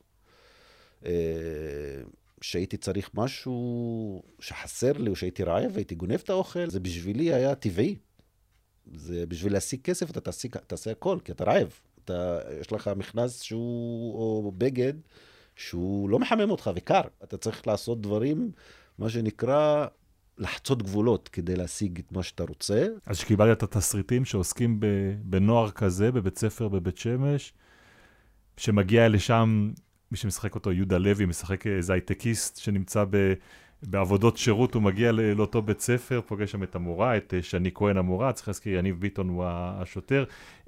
שהייתי צריך משהו שחסר לי, או שהייתי רעב, והייתי גונב את האוכל, זה בשבילי היה טבעי. זה בשביל להשיג כסף, אתה תעשה הכל, כי אתה רעב. יש לך מכנס או בגד שהוא לא מחמם אותך וקר. אתה צריך לעשות דברים, מה שנקרא, לחצות גבולות כדי להשיג את מה שאתה רוצה. אז שקיבלת את התסריטים שעוסקים בנוער כזה, בבית ספר בבית שמש, שמגיע לשם, מי שמשחק אותו, יהודה לוי, משחק איזה הייטקיסט שנמצא בעבודות שירות, הוא מגיע לאותו בית ספר, פוגש שם את המורה, את שני כהן המורה, צריך להזכיר, יניב ביטון הוא השוטר,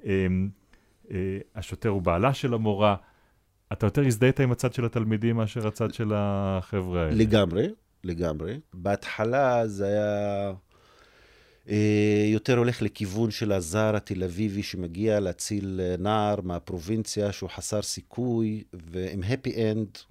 השוטר הוא בעלה של המורה. אתה יותר הזדהית עם הצד של התלמידים מאשר הצד של החבר'ה האלה? לגמרי. בהתחלה זה היה יותר הולך לכיוון של הזר התל אביבי שמגיע להציל נער מהפרובינציה שהוא חסר סיכוי ועם happy end,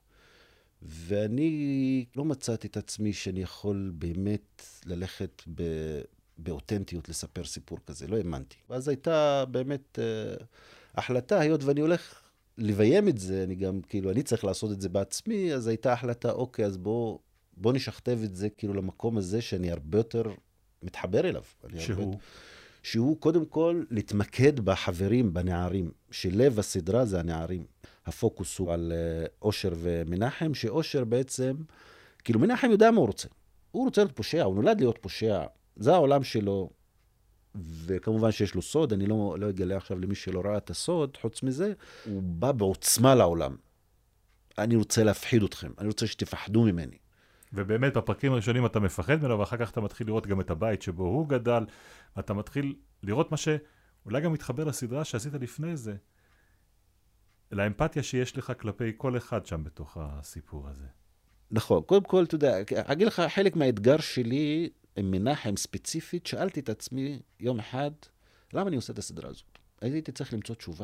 ואני לא מצאתי את עצמי שאני יכול באמת ללכת באותנטיות לספר סיפור כזה, לא האמנתי. ואז הייתה באמת החלטה, היות ואני הולך לביים את זה, אני צריך לעשות את זה בעצמי, אז הייתה החלטה, אוקיי, אז בוא נשכתב את זה כאילו למקום הזה שאני הרבה יותר מתחבר אליו. שהוא קודם כל להתמקד בחברים, בנערים, שלב הסדרה זה הנערים. הפוקוס הוא על אושר ומנחם, שאושר בעצם, כאילו מנחם יודע מה הוא רוצה. הוא רוצה להיות פושע, הוא נולד להיות פושע. זה העולם שלו, וכמובן שיש לו סוד, אני לא אגלה עכשיו למי שלא ראה את הסוד, חוץ מזה, הוא בא בעוצמה לעולם. אני רוצה להפחיד אתכם, אני רוצה שתפחדו ממני. ובאמת, בפרקים הראשונים אתה מפחד ממנו, ואחר כך אתה מתחיל לראות גם את הבית שבו הוא גדל, ואתה מתחיל לראות מה שאולי גם מתחבר לסדרה שעשית לפני זה, לאמפתיה שיש לך כלפי כל אחד שם בתוך הסיפור הזה. נכון, קודם כל, אתה יודע, אגיד לך, חלק מהאתגר שלי, עם מנחם ספציפית, שאלתי את עצמי יום אחד, למה אני עושה את הסדרה הזאת? הייתי צריך למצוא תשובה.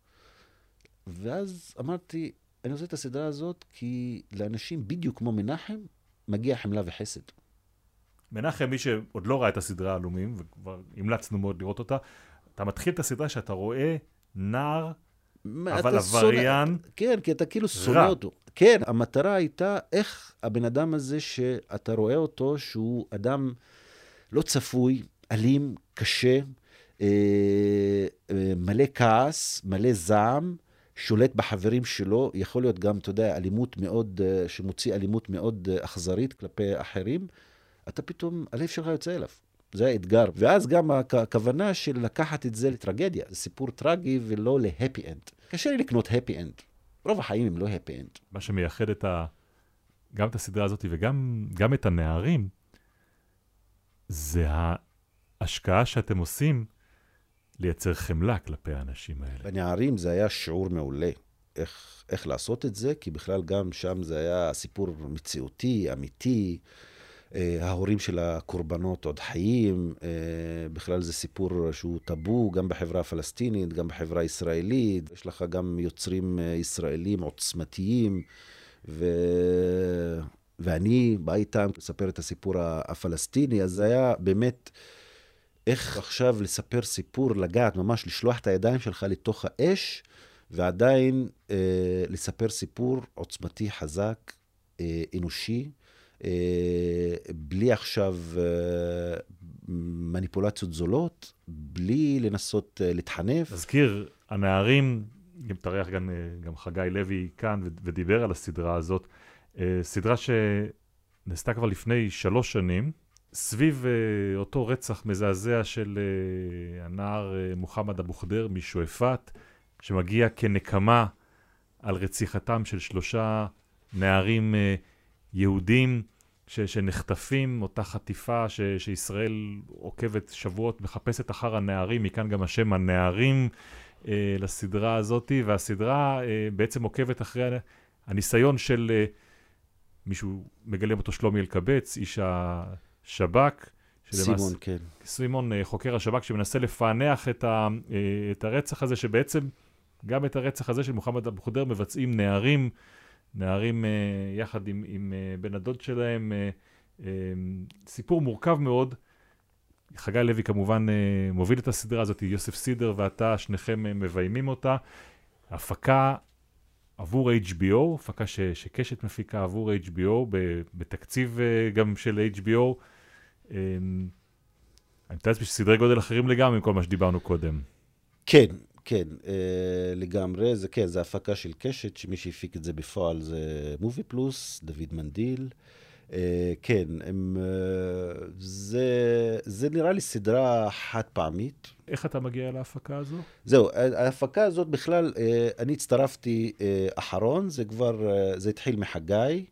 ואז אמרתי, אני עושה את הסדרה הזאת כי לאנשים בדיוק כמו מנחם, מגיע חמלה וחסד. מנחם, מי שעוד לא ראה את הסדרה אלומים, וכבר המלצנו מאוד לראות אותה, אתה מתחיל את הסדרה שאתה רואה נער, אבל עבריין. כן, כי אתה כאילו שונא אותו. כן, המטרה הייתה איך הבן אדם הזה שאתה רואה אותו, שהוא אדם לא צפוי, אלים, קשה, מלא כעס, מלא זעם, שולט בחברים שלו, יכול להיות גם, אתה יודע, אלימות מאוד, שמוציא אלימות מאוד אכזרית כלפי אחרים, אתה פתאום, הלב שלך יוצא אליו. זה האתגר. ואז גם הכוונה של לקחת את זה לטרגדיה. זה סיפור טרגי ולא להפי אנד. קשה לי לקנות הפי אנד. רוב החיים הם לא הפי אנד. מה שמייחד גם את הסדרה הזאת וגם את הנערים, זה ההשקעה שאתם עושים לייצר חמלה כלפי האנשים האלה. בנערים זה היה שיעור מעולה. איך לעשות את זה, כי בכלל גם שם זה היה סיפור מציאותי, אמיתי, ההורים של הקורבנות עוד חיים, בכלל זה סיפור שהוא טאבו, גם בחברה הפלסטינית, גם בחברה הישראלית, יש לך גם יוצרים ישראלים עוצמתיים, ואני בא איתם לספר את הסיפור הפלסטיני, אז זה היה באמת איך עכשיו לספר סיפור, לגעת, ממש לשלוח את הידיים שלך לתוך האש, ועדיין לספר סיפור עוצמתי, חזק, אנושי, בלי עכשיו מניפולציות זולות, בלי לנסות להתחנף. תזכיר, הנערים, אם תריח גם חגי לוי כאן ודיבר על הסדרה הזאת, סדרה שנעשתה כבר לפני 3 שנים, סביב אותו רצח מזעזע של הנער מוחמד אבו ח'דיר משועפאט, שמגיע כנקמה על רציחתם של 3 נערים יהודים שנחטפים, אותה חטיפה שישראל עוקבת שבועות, מחפשת אחר הנערים, מכאן גם השם הנערים לסדרה הזאת, והסדרה בעצם עוקבת אחרי הניסיון של מישהו מגלם אותו שלומי אלקבץ, איש השב"כ, סימון, כן. סימון, חוקר השב"כ, שמנסה לפענח את הרצח הזה, שבעצם גם את הרצח הזה של מוחמד אבו ח'דיר מבצעים נערים יחד עם בן הדוד שלהם, סיפור מורכב מאוד. חגי לוי כמובן מוביל את הסדרה הזאת, יוסף סידר ואתה, שניכם מביימים אותה. הפקה עבור HBO, הפקה שקשת מפיקה עבור HBO, בתקציב גם של HBO. אני מתאר שסדרי גודל אחרים לגמרי מכל מה שדיברנו קודם. כן, כן, לגמרי. זה הפקה של קשת, שמי שהפיק את זה בפועל זה מובי פלוס, דוד מנדיל. כן, זה נראה לי סדרה חד פעמית. איך אתה מגיע להפקה הזו? זהו, ההפקה הזאת בכלל, אני הצטרפתי אחרון, זה התחיל מחגי.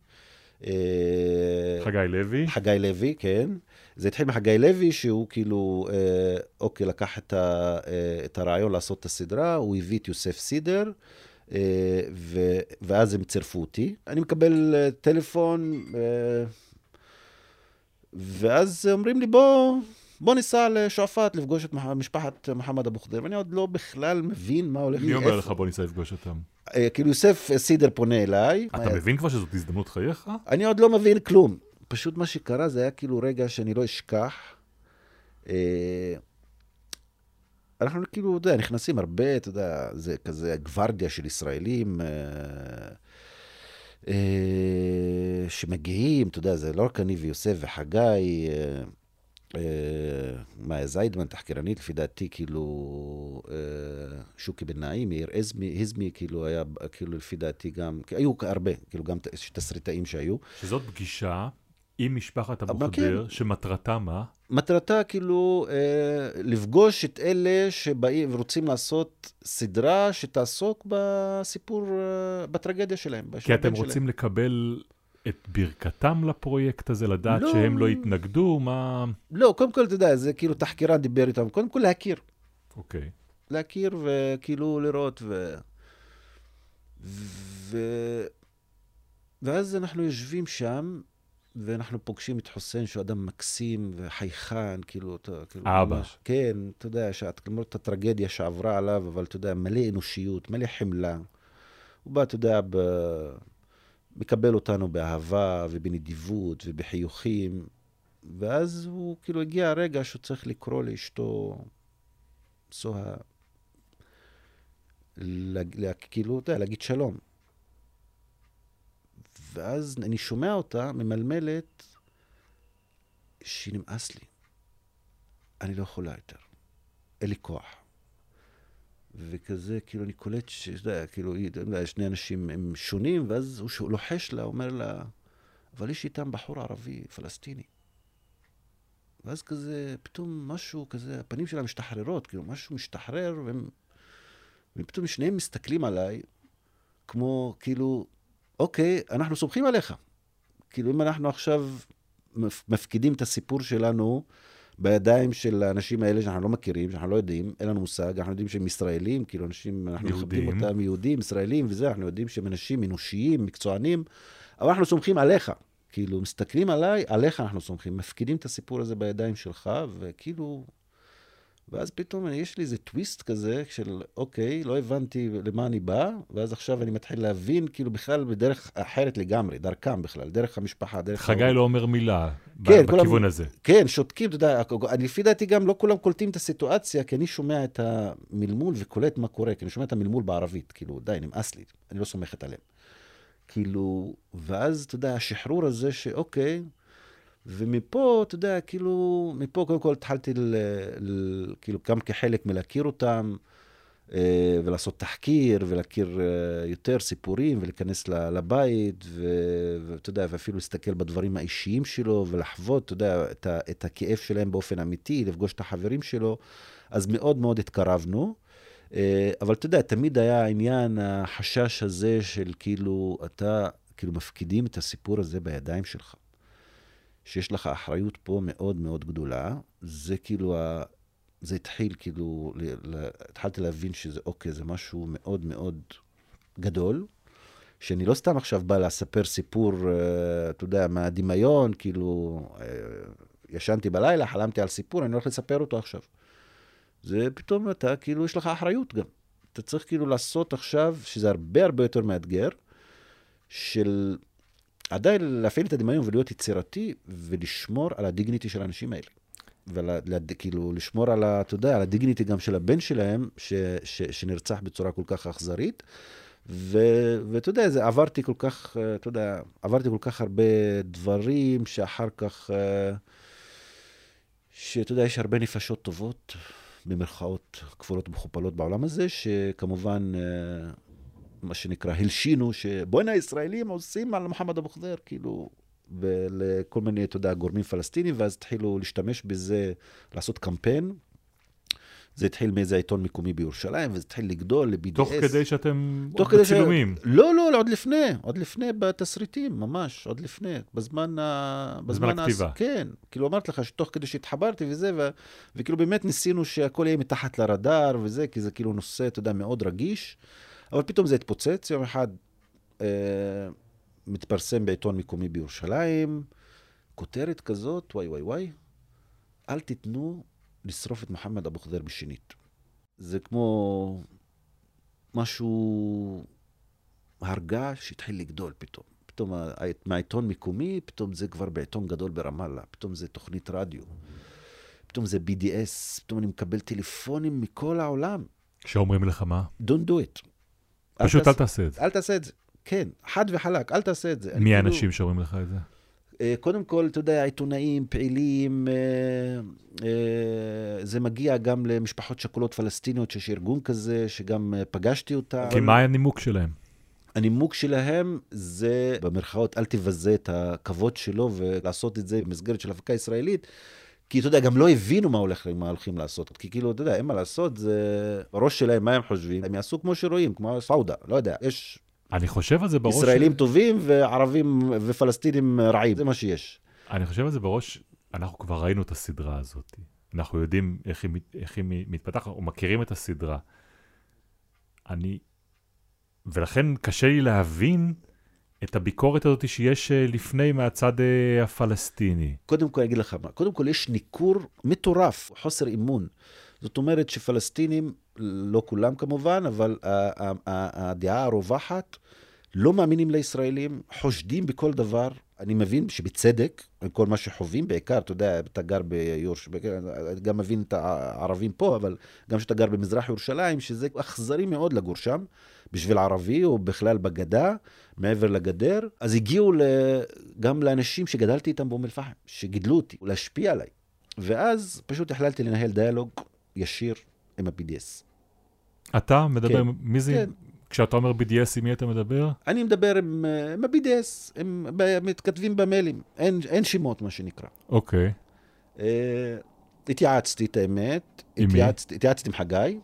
חגי לוי. חגי לוי, כן. זה התחיל מחגי לוי, שהוא כאילו, אוקיי, לקח את הרעיון לעשות את הסדרה, הוא הביא את יוסף סידר, ואז הם צירפו אותי. אני מקבל טלפון, ואז אומרים לי, בוא ניסע לשועפאט לפגוש את משפחת מוחמד אבו ח'דיר, ואני עוד לא בכלל מבין מה הולך. מי אומר לך בוא ניסע לפגוש אותם? כאילו יוסף סידר פונה אליי. אתה מבין כבר שזאת הזדמנות חייך? אני עוד לא מבין כלום. פשוט מה שקרה זה היה כאילו רגע שאני לא אשכח. אנחנו כאילו, אתה יודע, נכנסים הרבה, אתה יודע, זה כזה גוורדיה של ישראלים שמגיעים, אתה יודע, זה לא רק אני ויוסף וחגי, מאיה זיידמן, תחקירנית, לפי דעתי, כאילו, שוקי בן נעים, יאיר הזמי, כאילו, היה, כאילו, לפי דעתי גם, היו הרבה, כאילו, גם תסריטאים שהיו. שזאת פגישה עם משפחת אבו ח'דיר, שמטרתה מה? מטרתה, כאילו, לפגוש את אלה שבאים ורוצים לעשות סדרה שתעסוק בסיפור, בטרגדיה שלהם. כי אתם רוצים לקבל את ברכתם לפרויקט הזה, לדעת שהם לא יתנגדו, מה... לא, קודם כל, אתה יודע, זה כאילו תחקירן דיבר איתם, קודם כל להכיר. אוקיי. להכיר וכאילו לראות ואז אנחנו יושבים שם, ואנחנו פוגשים את חוסיין, שהוא אדם מקסים וחייכן, כאילו... אבא. כן, אתה יודע, למרות את הטרגדיה שעברה עליו, אבל אתה יודע, מלא אנושיות, מלא חמלה. הוא בא, אתה יודע, מקבל אותנו באהבה ובנדיבות ובחיוכים, ואז הוא כאילו הגיע הרגע שהוא צריך לקרוא לאשתו סוהה, כאילו, אתה יודע, להגיד שלום. ואז אני שומע אותה ממלמלת שנמאס לי. אני לא יכולה יותר. אין לי כוח. וכזה, כאילו, אני קולט כאילו, שני אנשים הם שונים, ואז הוא לוחש לה, אומר לה, אבל יש איתם בחור ערבי, פלסטיני. ואז כזה, פתאום משהו כזה, הפנים שלה משתחררות, כאילו, משהו משתחרר, ופתאום שניהם מסתכלים עליי, כמו, כאילו, אוקיי, אנחנו סומכים עליך. כאילו, אם אנחנו עכשיו מפקידים את הסיפור שלנו בידיים של האנשים האלה שאנחנו לא מכירים, שאנחנו לא יודעים, אין לנו מושג, אנחנו יודעים שהם ישראלים, כאילו אנשים, אנחנו מכבדים אותם יהודים, ישראלים וזה, אנחנו יודעים שהם אנשים אנושיים, מקצוענים, אבל אנחנו סומכים עליך. כאילו, מסתכלים עליי, עליך אנחנו סומכים, מפקידים את הסיפור הזה בידיים שלך, וכאילו, ואז פתאום יש לי איזה טוויסט כזה, של אוקיי, לא הבנתי למה אני בא, ואז עכשיו אני מתחיל להבין, כאילו בכלל בדרך אחרת לגמרי, דרכם בכלל, דרך המשפחה, דרך... חגי לא אומר מילה כן, בכיוון הזה. כן, שותקים, אתה יודע, אני לפי דעתי גם לא כולם קולטים את הסיטואציה, כי אני שומע את המלמול וקולט מה קורה, כי אני שומע את המלמול בערבית, כאילו, די, נמאס לי, אני לא סומכת עליהם. כאילו, ואז, אתה יודע, השחרור הזה שאוקיי, ומפה, אתה יודע, כאילו, מפה קודם כל התחלתי כאילו, גם כחלק מלהכיר אותם, ולעשות תחקיר, ולהכיר יותר סיפורים, ולהיכנס לבית, ואתה יודע, ואפילו להסתכל בדברים האישיים שלו, ולחוות, אתה יודע, את הכאב שלהם באופן אמיתי, לפגוש את החברים שלו, אז מאוד מאוד התקרבנו, אבל אתה יודע, תמיד היה העניין, החשש הזה של כאילו, אתה כאילו מפקידים את הסיפור הזה בידיים שלך. שיש לך אחריות פה מאוד מאוד גדולה, זה כאילו, זה התחיל כאילו, התחלתי להבין שזה אוקיי, זה משהו מאוד מאוד גדול, שאני לא סתם עכשיו בא לספר סיפור, אתה יודע, מהדמיון, כאילו, ישנתי בלילה, חלמתי על סיפור, אני הולך לספר אותו עכשיו. זה פתאום אתה, כאילו, יש לך אחריות גם. אתה צריך כאילו לעשות עכשיו, שזה הרבה הרבה יותר מאתגר, של עדיין להפעיל את הדמיון ולהיות יצירתי, ולשמור על הדיגניטי של האנשים האלה. וכאילו, לשמור על, אתה יודע, על הדיגניטי גם של הבן שלהם, שנרצח בצורה כל כך אכזרית. ואתה יודע, עברתי כל כך, אתה יודע, עברתי כל כך הרבה דברים, שאחר כך, שאתה יודע, יש הרבה נפשות טובות, במרכאות כפולות ומכופלות בעולם הזה, שכמובן, מה שנקרא, הלשינו, שבואנה הישראלים עושים על מוחמד אבו ח'דיר, כאילו, ולכל מיני, אתה יודע, גורמים פלסטינים, ואז התחילו להשתמש בזה, לעשות קמפיין. זה התחיל מאיזה עיתון מקומי בירושלים, וזה התחיל לגדול ל-BDS. תוך כדי שאתם בצילומים. לא, עוד לפני בתסריטים, ממש, עוד לפני, בזמן הכתיבה. כן, כאילו אמרתי לך שתוך כדי שהתחברתי וזה, וכאילו באמת ניסינו שהכל יהיה מתחת לרדאר וזה, כי זה כאילו נושא, אתה יודע, מאוד רגיש, אבל פתאום זה התפוצץ, יום אחד מתפרסם בעיתון מקומי בירושלים, כותרת כזאת, וואי, אל תיתנו לשרוף את מוחמד אבו ח'דיר בשנית. זה כמו משהו, הרגע שהתחיל לגדול פתאום. פתאום מהעיתון מקומי, פתאום זה כבר בעיתון גדול ברמאללה, פתאום זה תוכנית רדיו, פתאום זה BDS, פתאום אני מקבל טלפונים מכל העולם. שאומרים לך מה? Don't do it. פשוט אל תעשה את זה. אל תעשה את זה. כן, חד וחלק, אל תעשה את זה. מי האנשים שאומרים לך את זה? קודם כל, אתה יודע, עיתונאים, פעילים, זה מגיע גם למשפחות שכולות פלסטיניות, שיש ארגון כזה, שגם פגשתי אותה. כי מה הנימוק שלהם? הנימוק שלהם זה, במרכאות, אל תבזה את הכבוד שלו, ולעשות את זה במסגרת של הפקה ישראלית, כי אתה יודע, גם לא הבינו מה הולכים לעשות. כי כאילו, אתה יודע, אין מה לעשות, זה בראש שלהם, מה הם חושבים? הם יעשו כמו שרואים, כמו פאודה, לא יודע, יש... אני חושב על זה בראש... ישראלים טובים וערבים ופלסטינים רעים, זה מה שיש. אני חושב על זה בראש, אנחנו כבר ראינו את הסדרה הזאת. אנחנו יודעים איך היא מתפתחת, או מכירים את הסדרה. ולכן קשה לי להבין את הביקורת הזאת שיש לפני מהצד הפלסטיני. קודם כל, אני אגיד לך מה. קודם כל, יש ניכור מטורף, חוסר אימון. זאת אומרת שפלסטינים, לא כולם כמובן, אבל הדעה הרווחת, לא מאמינים לישראלים, חושדים בכל דבר. אני מבין שבצדק, כל מה שחווים, בעיקר, אתה יודע, אתה גר ביורש, גם מבין את הערבים פה, אבל גם שאתה גר במזרח ירושלים, שזה אכזרי מאוד לגור שם, בשביל ערבי או בכלל בגדה, מעבר לגדר. אז הגיעו גם לאנשים שגדלתי איתם באום אל-פחם, שגידלו אותי, להשפיע עליי. ואז פשוט החלטתי לנהל דיאלוג ישיר עם ה-BDS. אתה מדבר, כן, מי זה? כן. כשאתה אומר BDS, עם מי אתה מדבר? אני מדבר עם ה-BDS, הם מתכתבים במיילים, אין שמות מה שנקרא. אוקיי. התייעצתי את האמת, עם מי? התייעצתי עם חגי,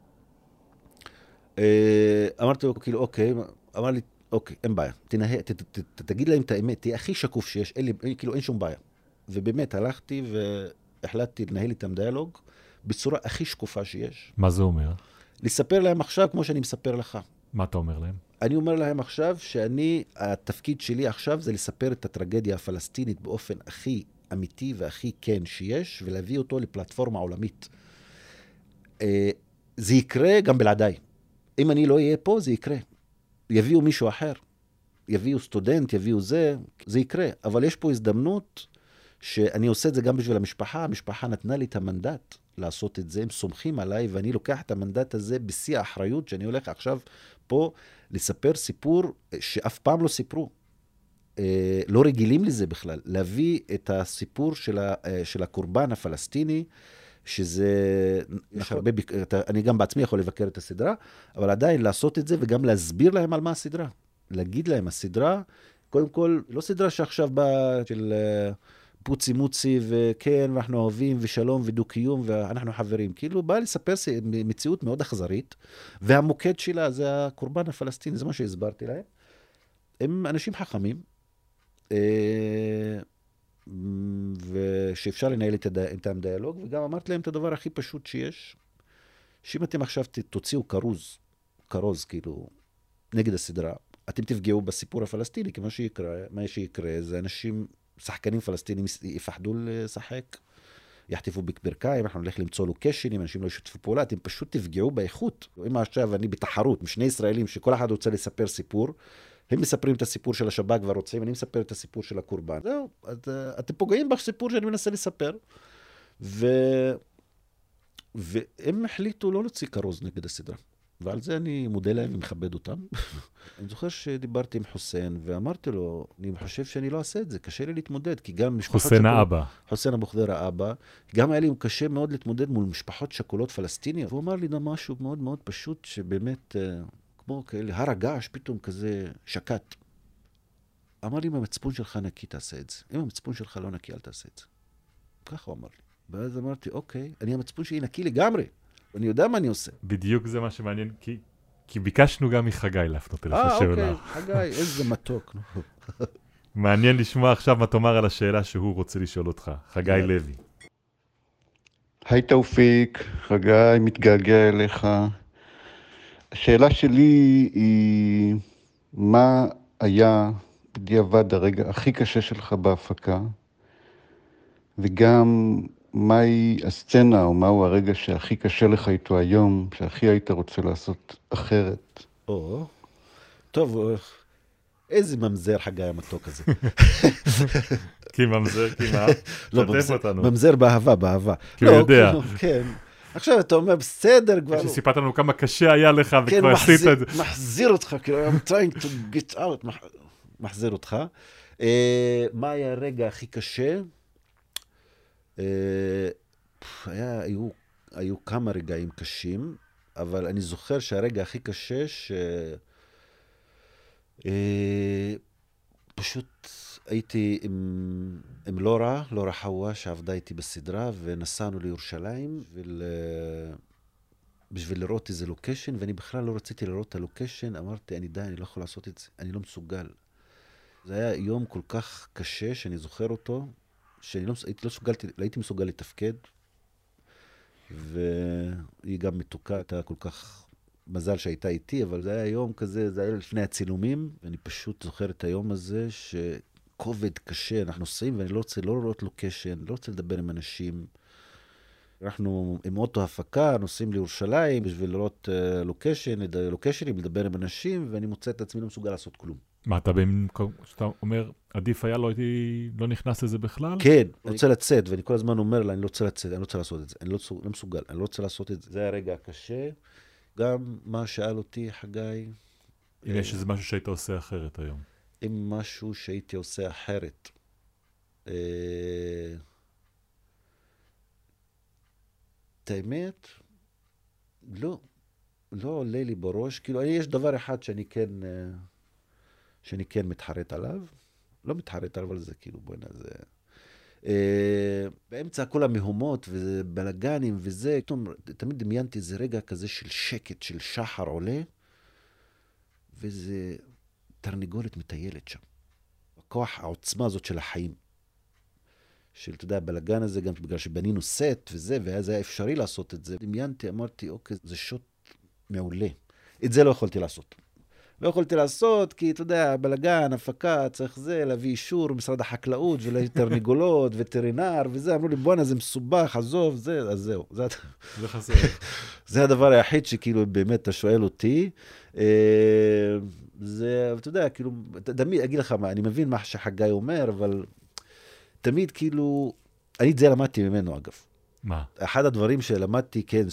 אמרתי לו, כאילו, אוקיי, אמר לי, אוקיי, אין בעיה, תגיד להם את האמת, תהיה הכי שקוף שיש, כאילו, אין שום בעיה. ובאמת, הלכתי והחלטתי לנהל איתם דיאלוג, בצורה הכי שקופה שיש. מה זה אומר? לספר להם עכשיו כמו שאני מספר לך. מה אתה אומר להם? אני אומר להם עכשיו התפקיד שלי עכשיו זה לספר את הטרגדיה הפלסטינית באופן הכי אמיתי והכי כן שיש, ולהביא אותו לפלטפורמה עולמית. זה יקרה גם בלעדיי. אם אני לא אהיה פה, זה יקרה. יביאו מישהו אחר, יביאו סטודנט, יביאו זה יקרה. אבל יש פה הזדמנות שאני עושה את זה גם בשביל המשפחה. המשפחה נתנה לי את המנדט לעשות את זה, הם סומכים עליי, ואני לוקח את המנדט הזה בשיא האחריות, שאני הולך עכשיו פה לספר סיפור שאף פעם לא סיפרו. לא רגילים לזה בכלל. להביא את הסיפור של הקורבן הפלסטיני, שזה, יש הרבה, אני גם בעצמי יכול לבקר את הסדרה, אבל עדיין לעשות את זה וגם להסביר להם על מה הסדרה. להגיד להם, הסדרה, קודם כל, לא סדרה שעכשיו באה של פוצי מוצי וכן, ואנחנו אוהבים ושלום ודו-קיום ואנחנו חברים. כאילו, באה לספר מציאות מאוד אכזרית, והמוקד שלה זה הקורבן הפלסטיני, זה מה שהסברתי להם. הם אנשים חכמים, ושאפשר לנהל איתם דיאלוג, וגם אמרתי להם את הדבר הכי פשוט שיש, שאם אתם עכשיו תוציאו כרוז כאילו, נגד הסדרה, אתם תפגעו בסיפור הפלסטיני, כי מה שיקרה זה אנשים, שחקנים פלסטינים יפחדו לשחק, יחטפו בברכיים, אנחנו נלך למצוא לוקשנים, אנשים לא ישתפו פעולה, אתם פשוט תפגעו באיכות. אם עכשיו אני בתחרות עם שני ישראלים, שכל אחד רוצה לספר סיפור, הם מספרים את הסיפור של השב"כ והרוצחים, אני מספר את הסיפור של הקורבן. זהו, אתם פוגעים בסיפור שאני מנסה לספר. והם החליטו לא להוציא כרוז נגד הסדרה. ועל זה אני מודה להם ומכבד אותם. אני זוכר שדיברתי עם חוסיין, ואמרתי לו, אני חושב שאני לא אעשה את זה, קשה לי להתמודד, כי גם משפחות... חוסיין האבא. חוסיין אבו ח'דיר האבא, גם היה לי קשה מאוד להתמודד מול משפחות שכולות פלסטיניות. והוא אמר לי משהו מאוד מאוד פשוט, שבאמת... כמו כאלה, הר הגעש פתאום כזה שקט. אמר לי, אם המצפון שלך נקי, תעשה את זה. אם המצפון שלך לא נקי, אל תעשה את זה. ככה הוא אמר לי. ואז אמרתי, אוקיי, המצפון שלי נקי לגמרי. אני יודע מה אני עושה. בדיוק זה מה שמעניין, כי ביקשנו גם מחגי להפנות אליך שאלה. אוקיי, חגי, איזה מתוק. מעניין לשמוע עכשיו מה תאמר על השאלה שהוא רוצה לשאול אותך. חגי לוי. היי תאופיק, חגי, מתגעגע אליך. השאלה שלי היא, מה היה בדיעבד הרגע הכי קשה שלך בהפקה, וגם מהי הסצנה או מהו הרגע שהכי קשה לך איתו היום, שהכי היית רוצה לעשות אחרת? טוב, איזה ממזר חגי המתוק הזה. כי ממזר, כי מה? שתף אותנו. ממזר באהבה. כי הוא יודע. כן. עכשיו אתה אומר, בסדר כבר... שסיפרת לנו כמה קשה היה לך וכבר עשית את זה. כן, מחזיר אותך, כאילו, I'm trying to get out, מחזיר אותך. מה היה הרגע הכי קשה? היו כמה רגעים קשים, אבל אני זוכר שהרגע הכי קשה פשוט הייתי עם לורה חווה שעבדה איתי בסדרה, ונסענו לירושלים בשביל לראות איזה לוקשן, ואני בכלל לא רציתי לראות את הלוקשן. אמרתי, אני לא יכול לעשות את זה, אני לא מסוגל. זה היה יום כל כך קשה שאני זוכר אותו, שאני הייתי מסוגל לתפקד, והיא גם מתוקה, הייתה כל כך מזל שהייתה איתי, אבל זה היה יום כזה, זה היה לפני הצילומים, ואני פשוט זוכר את היום הזה שכובד קשה, אנחנו נוסעים ואני לא רוצה לא לראות לוקשן, לא רוצה לדבר עם אנשים. אנחנו עם אוטו הפקה, נוסעים לירושלים בשביל לראות לוקשנים, לדבר עם אנשים, ואני מוצא את עצמי לא מסוגל לעשות כלום. מה, שאתה אומר, עדיף היה לא נכנס לזה בכלל? כן, אני רוצה לצאת, ואני כל הזמן אומר לה, אני לא רוצה לצאת, אני לא רוצה לעשות את זה, אני לא מסוגל, אני לא רוצה לעשות את זה. זה היה הרגע הקשה. גם מה שאל אותי, חגי... אם יש איזה משהו שהיית עושה אחרת היום. אם משהו שהייתי עושה אחרת. את האמת, לא עולה לי בראש. כאילו, יש דבר אחד שאני כן מתחרט עליו. לא מתחרט עליו, אבל זה כאילו, בוא'נה, זה... באמצע כל המהומות ובלגנים וזה, תמיד דמיינתי איזה רגע כזה של שקט, של שחר עולה, וזה תרנגולת מטיילת שם. הכוח, העוצמה הזאת של החיים. של, אתה יודע, הבלגן הזה, גם בגלל שבנינו סט וזה, ואז היה אפשרי לעשות את זה. דמיינתי, אמרתי, אוקיי, זה שוט מעולה. את זה לא יכולתי לעשות. לא יכולתי לעשות, כי אתה יודע, בלגן, הפקה, צריך זה, להביא אישור משרד החקלאות, ולתרנגולות, וטרינר, וזה, אמרו לי, בואנה, זה מסובך, עזוב, זה, אז זהו. זה חסר. זה הדבר היחיד שכאילו באמת אתה שואל אותי. זה, אתה יודע, כאילו, תמיד, אגיד לך מה, אני מבין מה שחגי אומר, אבל תמיד כאילו, אני את זה למדתי ממנו אגב. מה? אחד הדברים שלמדתי, כן,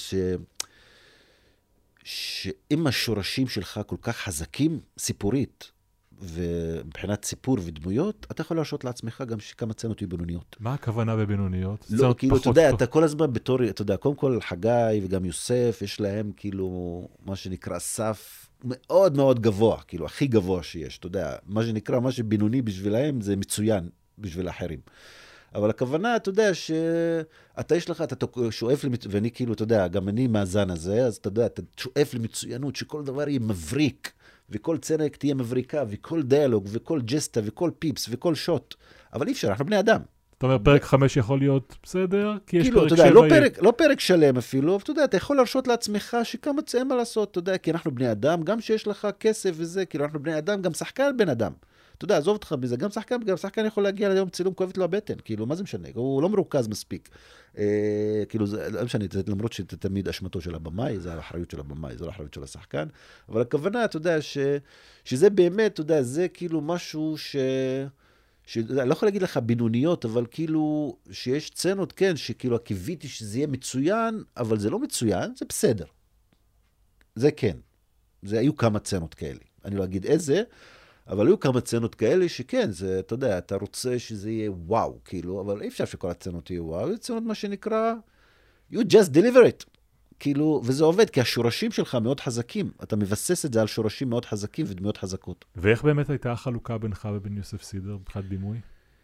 שאם השורשים שלך כל כך חזקים, סיפורית, ומבחינת סיפור ודמויות, אתה יכול להרשות לעצמך גם שכמה צנות יהיו בינוניות. מה הכוונה בבינוניות? לא, כאילו, אתה יודע, אתה כל הזמן בתור, אתה יודע, קודם כל חגי וגם יוסף, יש להם כאילו, מה שנקרא סף מאוד מאוד גבוה, כאילו, הכי גבוה שיש, אתה יודע, מה שנקרא, מה שבינוני בשבילהם זה מצוין בשביל האחרים. אבל הכוונה, אתה יודע, שאתה יש לך, אתה שואף, ואני כאילו, אתה יודע, גם אני מהזן הזה, אז אתה יודע, אתה שואף למצוינות, שכל דבר יהיה מבריק, וכל צנע תהיה מבריקה, וכל דיאלוג, וכל ג'סטה, וכל פיפס, וכל שוט. אבל אי אפשר, אנחנו בני אדם. אתה אומר, פרק 5 יכול להיות בסדר, כי יש כאילו, פרק 7 אתה יודע, לא פרק שלם אפילו, אתה יודע, אתה יכול להרשות לעצמך שכמה צאים מה לעשות, אתה יודע, כי אנחנו בני אדם, גם שיש לך כסף וזה, כאילו, אנחנו בני אדם, גם שחקן בן אדם. אתה יודע, עזוב אותך בזה, גם שחקן יכול להגיע ליום צילום, כואבת לו הבטן, כאילו, מה זה משנה? הוא לא מרוכז מספיק. כאילו, זה לא משנה, למרות שזה תמיד אשמתו של הבמאי, זה האחריות של הבמאי, זה לא האחריות של השחקן, אבל הכוונה, אתה יודע, שזה באמת, אתה יודע, זה כאילו משהו לא יכול להגיד לך בינוניות, אבל כאילו, שיש צנות, כן, שכאילו, קיוויתי שזה יהיה מצוין, אבל זה לא מצוין, זה בסדר. זה כן. זה היו כמה צנות כאלה. אני לא אגיד איזה, אבל היו כמה צנות כאלה שכן, זה, אתה יודע, אתה רוצה שזה יהיה וואו, כאילו, אבל אי אפשר שכל הצנות יהיו וואו, זה צנות מה שנקרא, you just deliver it. כאילו, וזה עובד, כי השורשים שלך מאוד חזקים. אתה מבסס את זה על שורשים מאוד חזקים ודמויות חזקות. ואיך באמת הייתה החלוקה בינך ובין יוסף סידר, מבחינת בימוי?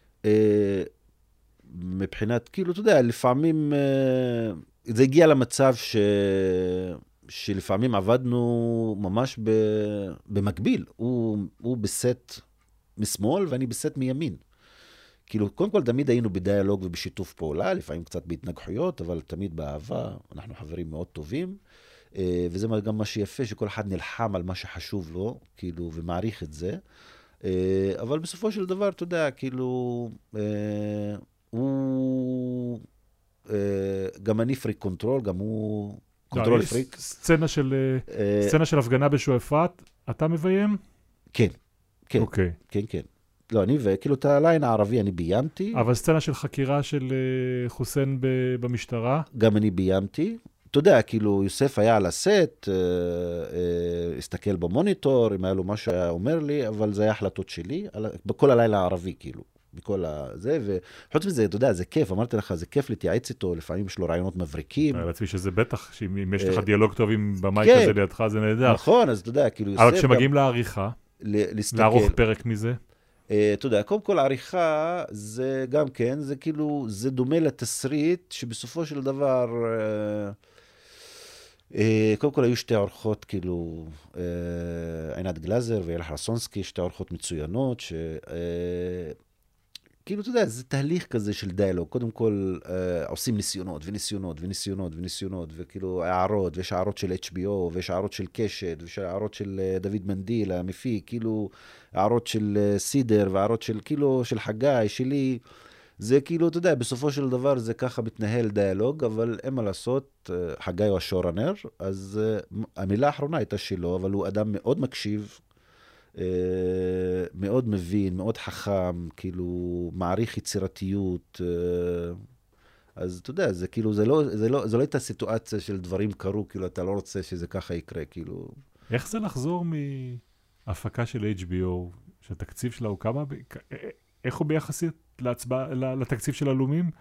מבחינת, כאילו, אתה יודע, לפעמים, זה הגיע למצב שלפעמים עבדנו ממש במקביל. הוא בסט משמאל ואני בסט מימין. כאילו, קודם כל, תמיד היינו בדיאלוג ובשיתוף פעולה, לפעמים קצת בהתנגחויות, אבל תמיד באהבה, אנחנו חברים מאוד טובים, וזה גם מה שיפה, שכל אחד נלחם על מה שחשוב לו, כאילו, ומעריך את זה, אבל בסופו של דבר, אתה יודע, כאילו, הוא, גם אני פריק קונטרול, גם הוא קונטרול פריק. סצנה של הפגנה בשועפאט, אתה מביים? כן, כן, אוקיי. כן, כן. לא, אני וכאילו את הליין הערבי אני ביימתי. אבל סצנה של חקירה של חוסיין במשטרה? גם אני ביימתי. אתה יודע, כאילו יוסף היה על הסט, הסתכל במוניטור, אם היה לו משהו היה אומר לי, אבל זה היה החלטות שלי, בכל הלילה הערבי כאילו. בכל זה, וחוץ מזה, אתה יודע, זה כיף, אמרתי לך, זה כיף להתייעץ איתו, לפעמים יש לו רעיונות מבריקים. לעצמי שזה בטח, שאם יש לך דיאלוג טוב עם במאי כזה לידך, זה נהדר. נכון, אז אתה יודע, כאילו יוסף... אבל כשמגיעים לעריכה, לערוך פרק מזה? אתה יודע, קודם כל העריכה זה גם כן, זה כאילו, זה דומה לתסריט שבסופו של דבר, קודם כל היו שתי עורכות, כאילו, עינת גלזר ואילך רסונסקי, שתי עורכות מצוינות, כאילו, אתה יודע, זה תהליך כזה של דיאלוג. קודם כל, עושים ניסיונות וניסיונות וניסיונות וניסיונות, וכאילו הערות, ויש הערות של HBO, ויש הערות של קשת, ויש הערות של דוד מנדיל, המפיק, כאילו, הערות של סידר, והערות של, כאילו, של חגי, שלי. זה כאילו, אתה יודע, בסופו של דבר זה ככה מתנהל דיאלוג, אבל אין מה לעשות, חגי הוא השורנר, אז המילה האחרונה הייתה שלו, אבל הוא אדם מאוד מקשיב, מאוד מבין, מאוד חכם, כאילו, מעריך יצירתיות, אז אתה יודע, זה כאילו, זה לא הייתה סיטואציה של דברים קרו, כאילו, אתה לא רוצה שזה ככה יקרה, כאילו. איך זה לחזור מהפקה של HBO, שהתקציב שלה הוא כמה, איך הוא ביחסית לתקציב של הלאומים?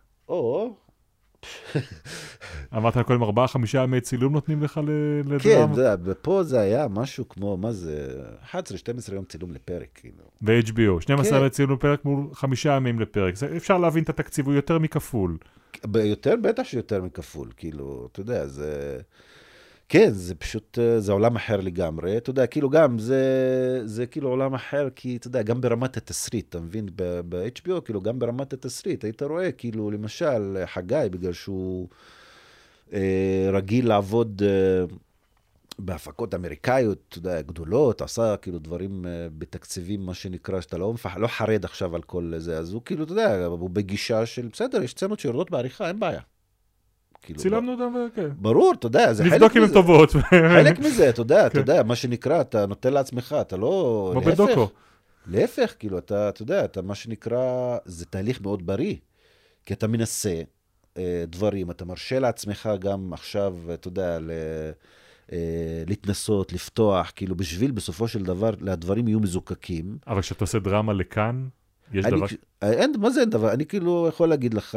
אמרת על כל 4-5 ימי צילום נותנים לך לדרמה? כן, פה זה היה משהו כמו, מה זה, 11-12 יום צילום לפרק, כאילו. ב-HBO, 12 ימי צילום לפרק מול 5 ימים לפרק. אפשר להבין את התקציב, הוא יותר מכפול. בטח שיותר מכפול, כאילו, אתה יודע, זה... כן, זה פשוט, זה עולם אחר לגמרי, אתה יודע, כאילו גם, זה כאילו עולם אחר, כי אתה יודע, גם ברמת התסריט, אתה מבין, ב-HBO, כאילו גם ברמת התסריט, היית רואה, כאילו, למשל, חגי, בגלל שהוא רגיל לעבוד בהפקות אמריקאיות, אתה יודע, גדולות, עשה כאילו דברים בתקציבים, מה שנקרא, שאתה לא חרד עכשיו על כל זה, אז הוא כאילו, אתה יודע, הוא בגישה של, בסדר, יש סצנות שיורדות בעריכה, אין בעיה. צילמנו אותם, כן. ברור, אתה יודע, זה חלק מזה. נבדוק אם הן טובות. חלק מזה, אתה יודע, מה שנקרא, אתה נותן לעצמך, אתה לא... כמו בדוקו. להפך, כאילו, אתה יודע, אתה מה שנקרא, זה תהליך מאוד בריא, כי אתה מנסה דברים, אתה מרשה לעצמך גם עכשיו, אתה יודע, להתנסות, לפתוח, כאילו, בשביל בסופו של דבר, לדברים יהיו מזוקקים. אבל כשאתה עושה דרמה לכאן, יש דבר... מה זה אין דבר? אני כאילו יכול להגיד לך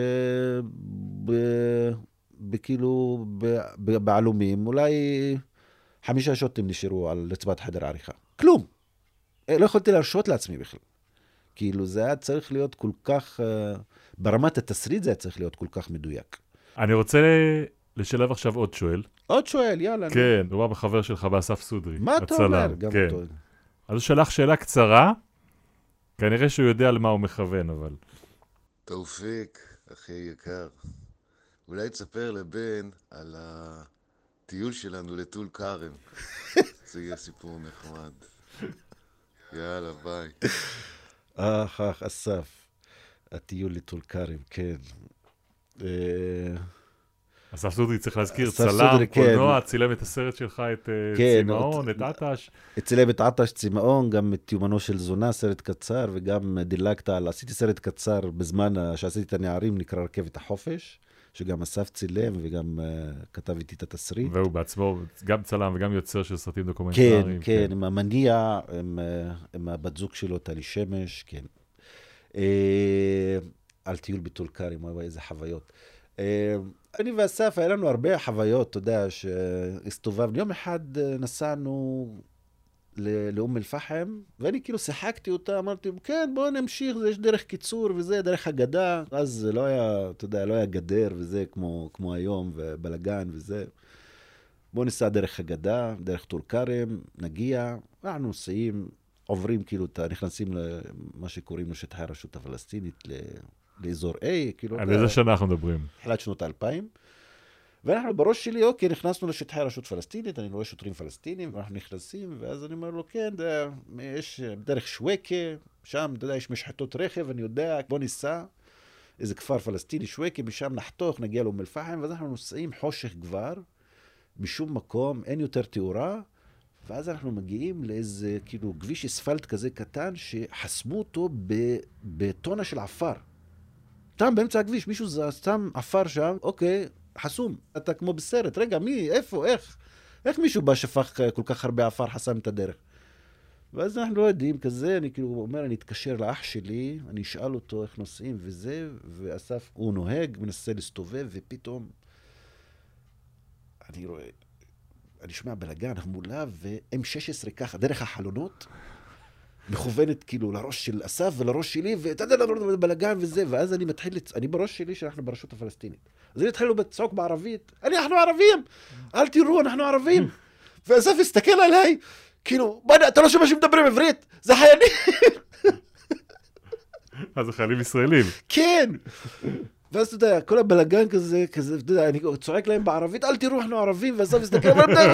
כאילו, בעלומים, אולי 5 שוטים נשארו על רצפת חדר העריכה. כלום. לא יכולתי להרשות לעצמי בכלל. כאילו, זה היה צריך להיות כל כך, ברמת התסריט זה היה צריך להיות כל כך מדויק. אני רוצה לשלב עכשיו עוד שואל. עוד שואל, יאללה. כן, הוא בא בחבר שלך באסף סודרי. מה אתה אומר? גם אותו. אז הוא שלח שאלה קצרה, כנראה שהוא יודע על מה הוא מכוון, אבל... תאופיק, אחי יקר, אולי תספר לבן על הטיול שלנו לטול כרם. זה יהיה סיפור נחמד. יאללה, ביי. אסף, הטיול לטול כרם, כן. אסף סודרי צריך להזכיר, צלם, קולנוע, צילם את הסרט שלך, את צימאון, את עטש. צילם את עטש, צימאון, גם את יומנו של זונה, סרט קצר, וגם דילגת על, עשיתי סרט קצר בזמן שעשיתי את הנערים, נקרא רכבת החופש, שגם אסף צילם וגם כתב איתי את התסריט. והוא בעצמו גם צלם וגם יוצר של סרטים דוקומנטריים. כן, עם המניע, עם הבת זוג שלו, טלי שמש, כן. על טיול בטול כרם, איזה חוויות. אני ואסף, היה לנו הרבה חוויות, אתה יודע, שהסתובבנו. יום אחד נסענו לאום אל-פחם, ואני כאילו שיחקתי אותה, אמרתי, כן, בואו נמשיך, יש דרך קיצור וזה, דרך הגדה. אז לא היה, אתה יודע, לא היה גדר וזה כמו היום, ובלגן וזה. בואו ניסע דרך הגדה, דרך טול כרם, נגיע, אנחנו נוסעים, עוברים כאילו, נכנסים למה שקוראים לו שטחי הרשות הפלסטינית, לאזור A, כאילו... על איזה שנה אנחנו מדברים? תחילת שנות 2000. ואנחנו בראש שלי, אוקיי, נכנסנו לשטחי הרשות פלסטינית, אני רואה שוטרים פלסטינים, ואנחנו נכנסים, ואז אני אומר לו, כן, יש דרך שווקה, שם, אתה יודע, יש משחטות רכב, אני יודע, בוא ניסע, איזה כפר פלסטיני, שווקה, משם נחתוך, נגיע לאום אל-פחם, ואז אנחנו נוסעים חושך כבר, משום מקום, אין יותר תאורה, ואז אנחנו מגיעים לאיזה, כאילו, כביש אספלט כזה קטן, שחסמו אותו בטונה של עפר. סתם באמצע הכביש, מישהו סתם עפר שם, אוקיי, חסום. אתה כמו בסרט, רגע, מי, איפה, איך מישהו בא שפך כל כך הרבה עפר, חסם את הדרך? ואז אנחנו לא יודעים, כזה, אני כאילו אומר, אני אתקשר לאח שלי, אני אשאל אותו איך נוסעים וזה, ואסף, הוא נוהג, מנסה להסתובב, ופתאום, אני רואה, אני שומע בלגן, המולה, ו-M16 ככה, דרך החלונות, מכוונת כאילו לראש של אסף ולראש שלי, ובלגן וזה, ואז אני מתחיל, אני בראש שלי שאנחנו ברשות הפלסטינית. אז אני התחילו בצעוק בערבית, אנחנו ערבים, אל תראו, אנחנו ערבים. ואסף הסתכל עליי, כאילו, אתה לא שומע שמדברים עברית, זה חיילים. אז זה חיילים ישראלים. כן. ואז אתה יודע, כל הבלגן כזה, אתה יודע, אני צועק להם בערבית, אל תראו, אנחנו ערבים, ואסף הסתכל,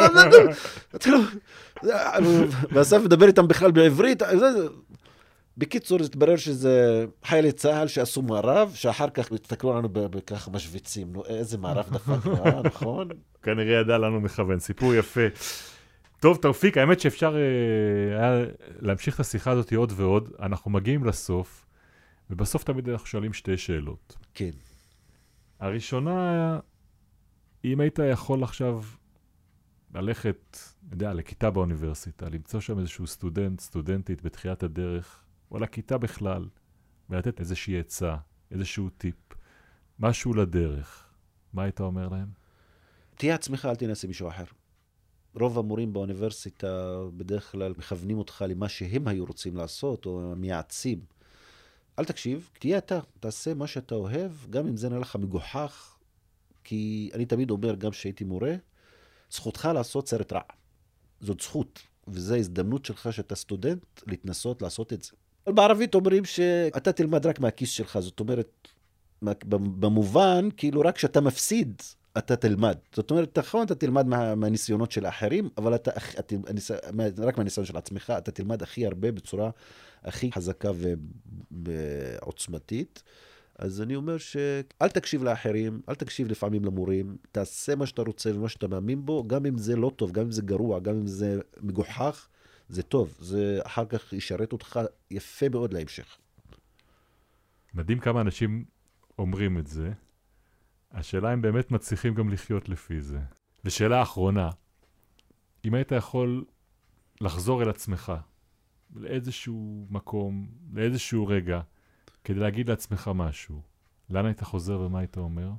ואסף מדבר איתם בכלל בעברית. בקיצור, התברר שזה חיילי צהל שעשו מערב, שאחר כך התסתכלו לנו בכך משוויצים. נו, איזה מערב דפק, נכון? כנראה ידע לנו מכוון, סיפור יפה. טוב, תאופיק, האמת שאפשר להמשיך את השיחה הזאת עוד ועוד. אנחנו מגיעים לסוף, ובסוף תמיד אנחנו שואלים 2 שאלות. כן. הראשונה, אם היית יכול עכשיו ללכת, לכיתה באוניברסיטה, למצוא שם איזשהו סטודנטית בתחילת הדרך, או לכיתה בכלל, ולתת איזושהי עצה, איזשהו טיפ, משהו לדרך, מה היית אומר להם? תהיה עצמך, אל תנסה מישהו אחר. רוב המורים באוניברסיטה בדרך כלל מכוונים אותך למה שהם היו רוצים לעשות, או מייעצים. אל תקשיב, תהיה אתה, תעשה מה שאתה אוהב, גם אם זה נראה לך מגוחך, כי אני תמיד אומר, גם שהייתי מורה, זכותך לעשות סרט רע. זאת זכות, וזו הזדמנות שלך שאתה סטודנט, להתנסות לעשות את זה. אבל בערבית אומרים שאתה תלמד רק מהכיס שלך, זאת אומרת, במובן, כאילו רק שאתה מפסיד, אתה תלמד. זאת אומרת, נכון, אתה תלמד מהניסיונות של האחרים, אבל רק מהניסיון של עצמך, אתה תלמד הכי הרבה בצורה הכי חזקה ועוצמתית. אז אני אומר שאל תקשיב לאחרים, אל תקשיב לפעמים למורים, תעשה מה שאתה רוצה ומה שאתה מאמין בו, גם אם זה לא טוב, גם אם זה גרוע, גם אם זה מגוחך, זה טוב. זה אחר כך ישרת אותך יפה מאוד להמשך. מדהים כמה אנשים אומרים את זה. השאלה אם באמת מצליחים גם לחיות לפי זה. ושאלה אחרונה, אם היית יכול לחזור אל עצמך, לאיזשהו מקום, לאיזשהו רגע, כדי להגיד לעצמך משהו, לאן היית חוזר ומה היית אומר?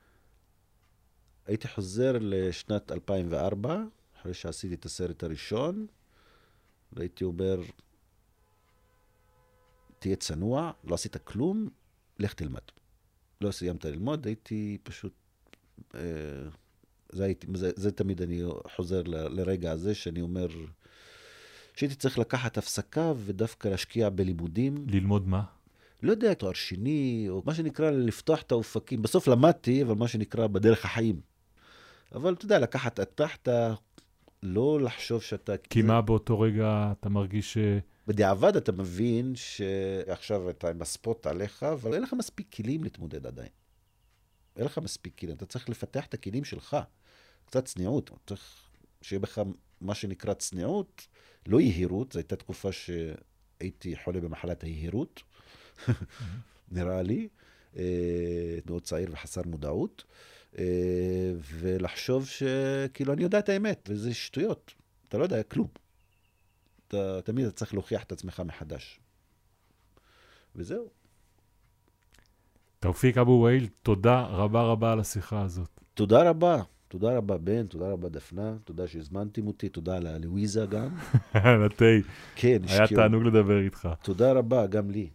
הייתי חוזר לשנת 2004, אחרי שעשיתי את הסרט הראשון, והייתי אומר, תהיה צנוע, לא עשית כלום, לך תלמד. לא סיימת ללמוד, הייתי פשוט, זה תמיד אני חוזר לרגע הזה, שאני אומר, שהייתי צריך לקחת הפסקה ודווקא להשקיע בלימודים. ללמוד מה? לא יודע, תואר שני, או מה שנקרא לפתוח את האופקים. בסוף למדתי, אבל מה שנקרא בדרך החיים. אבל אתה יודע, לקחת תחת, לא לחשוב שאתה... כי מה באותו רגע אתה מרגיש ש... בדיעבד אתה מבין שעכשיו אתה עם הספוט עליך, אבל אין לך מספיק כלים להתמודד עדיין. אין לך מספיק כלים, אתה צריך לפתח את הכלים שלך. קצת צניעות, צריך שיהיה בך מה שנקרא צניעות, לא יהירות, זו הייתה תקופה שהייתי חולה במחלת היהירות, נראה לי, מאוד צעיר וחסר מודעות, ולחשוב שכאילו אני יודע את האמת, וזה שטויות, אתה לא יודע כלום. אתה תמיד צריך להוכיח את עצמך מחדש. וזהו. תאופיק אבו וואיל, תודה רבה רבה על השיחה הזאת. תודה רבה. תודה רבה בן, תודה רבה דפנה, תודה שהזמנתם אותי, תודה ללואיזה גם. נתי, כן, היה תענוג לדבר איתך. תודה רבה, גם לי.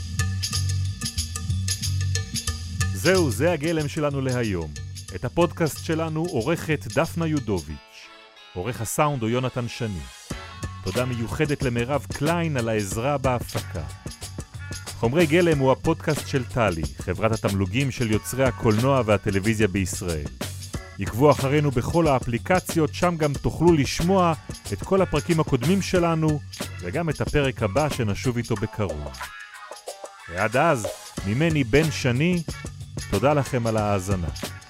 זהו, זה הגלם שלנו להיום. את הפודקאסט שלנו עורכת דפנה יודוביץ'. עורך הסאונד הוא יונתן שני. תודה מיוחדת למירב קליין על העזרה בהפקה. חומרי גלם הוא הפודקאסט של טלי, חברת התמלוגים של יוצרי הקולנוע והטלוויזיה בישראל. עקבו אחרינו בכל האפליקציות, שם גם תוכלו לשמוע את כל הפרקים הקודמים שלנו, וגם את הפרק הבא שנשוב איתו בקרוב. ועד אז, ממני בן שני, תודה לכם על ההאזנה.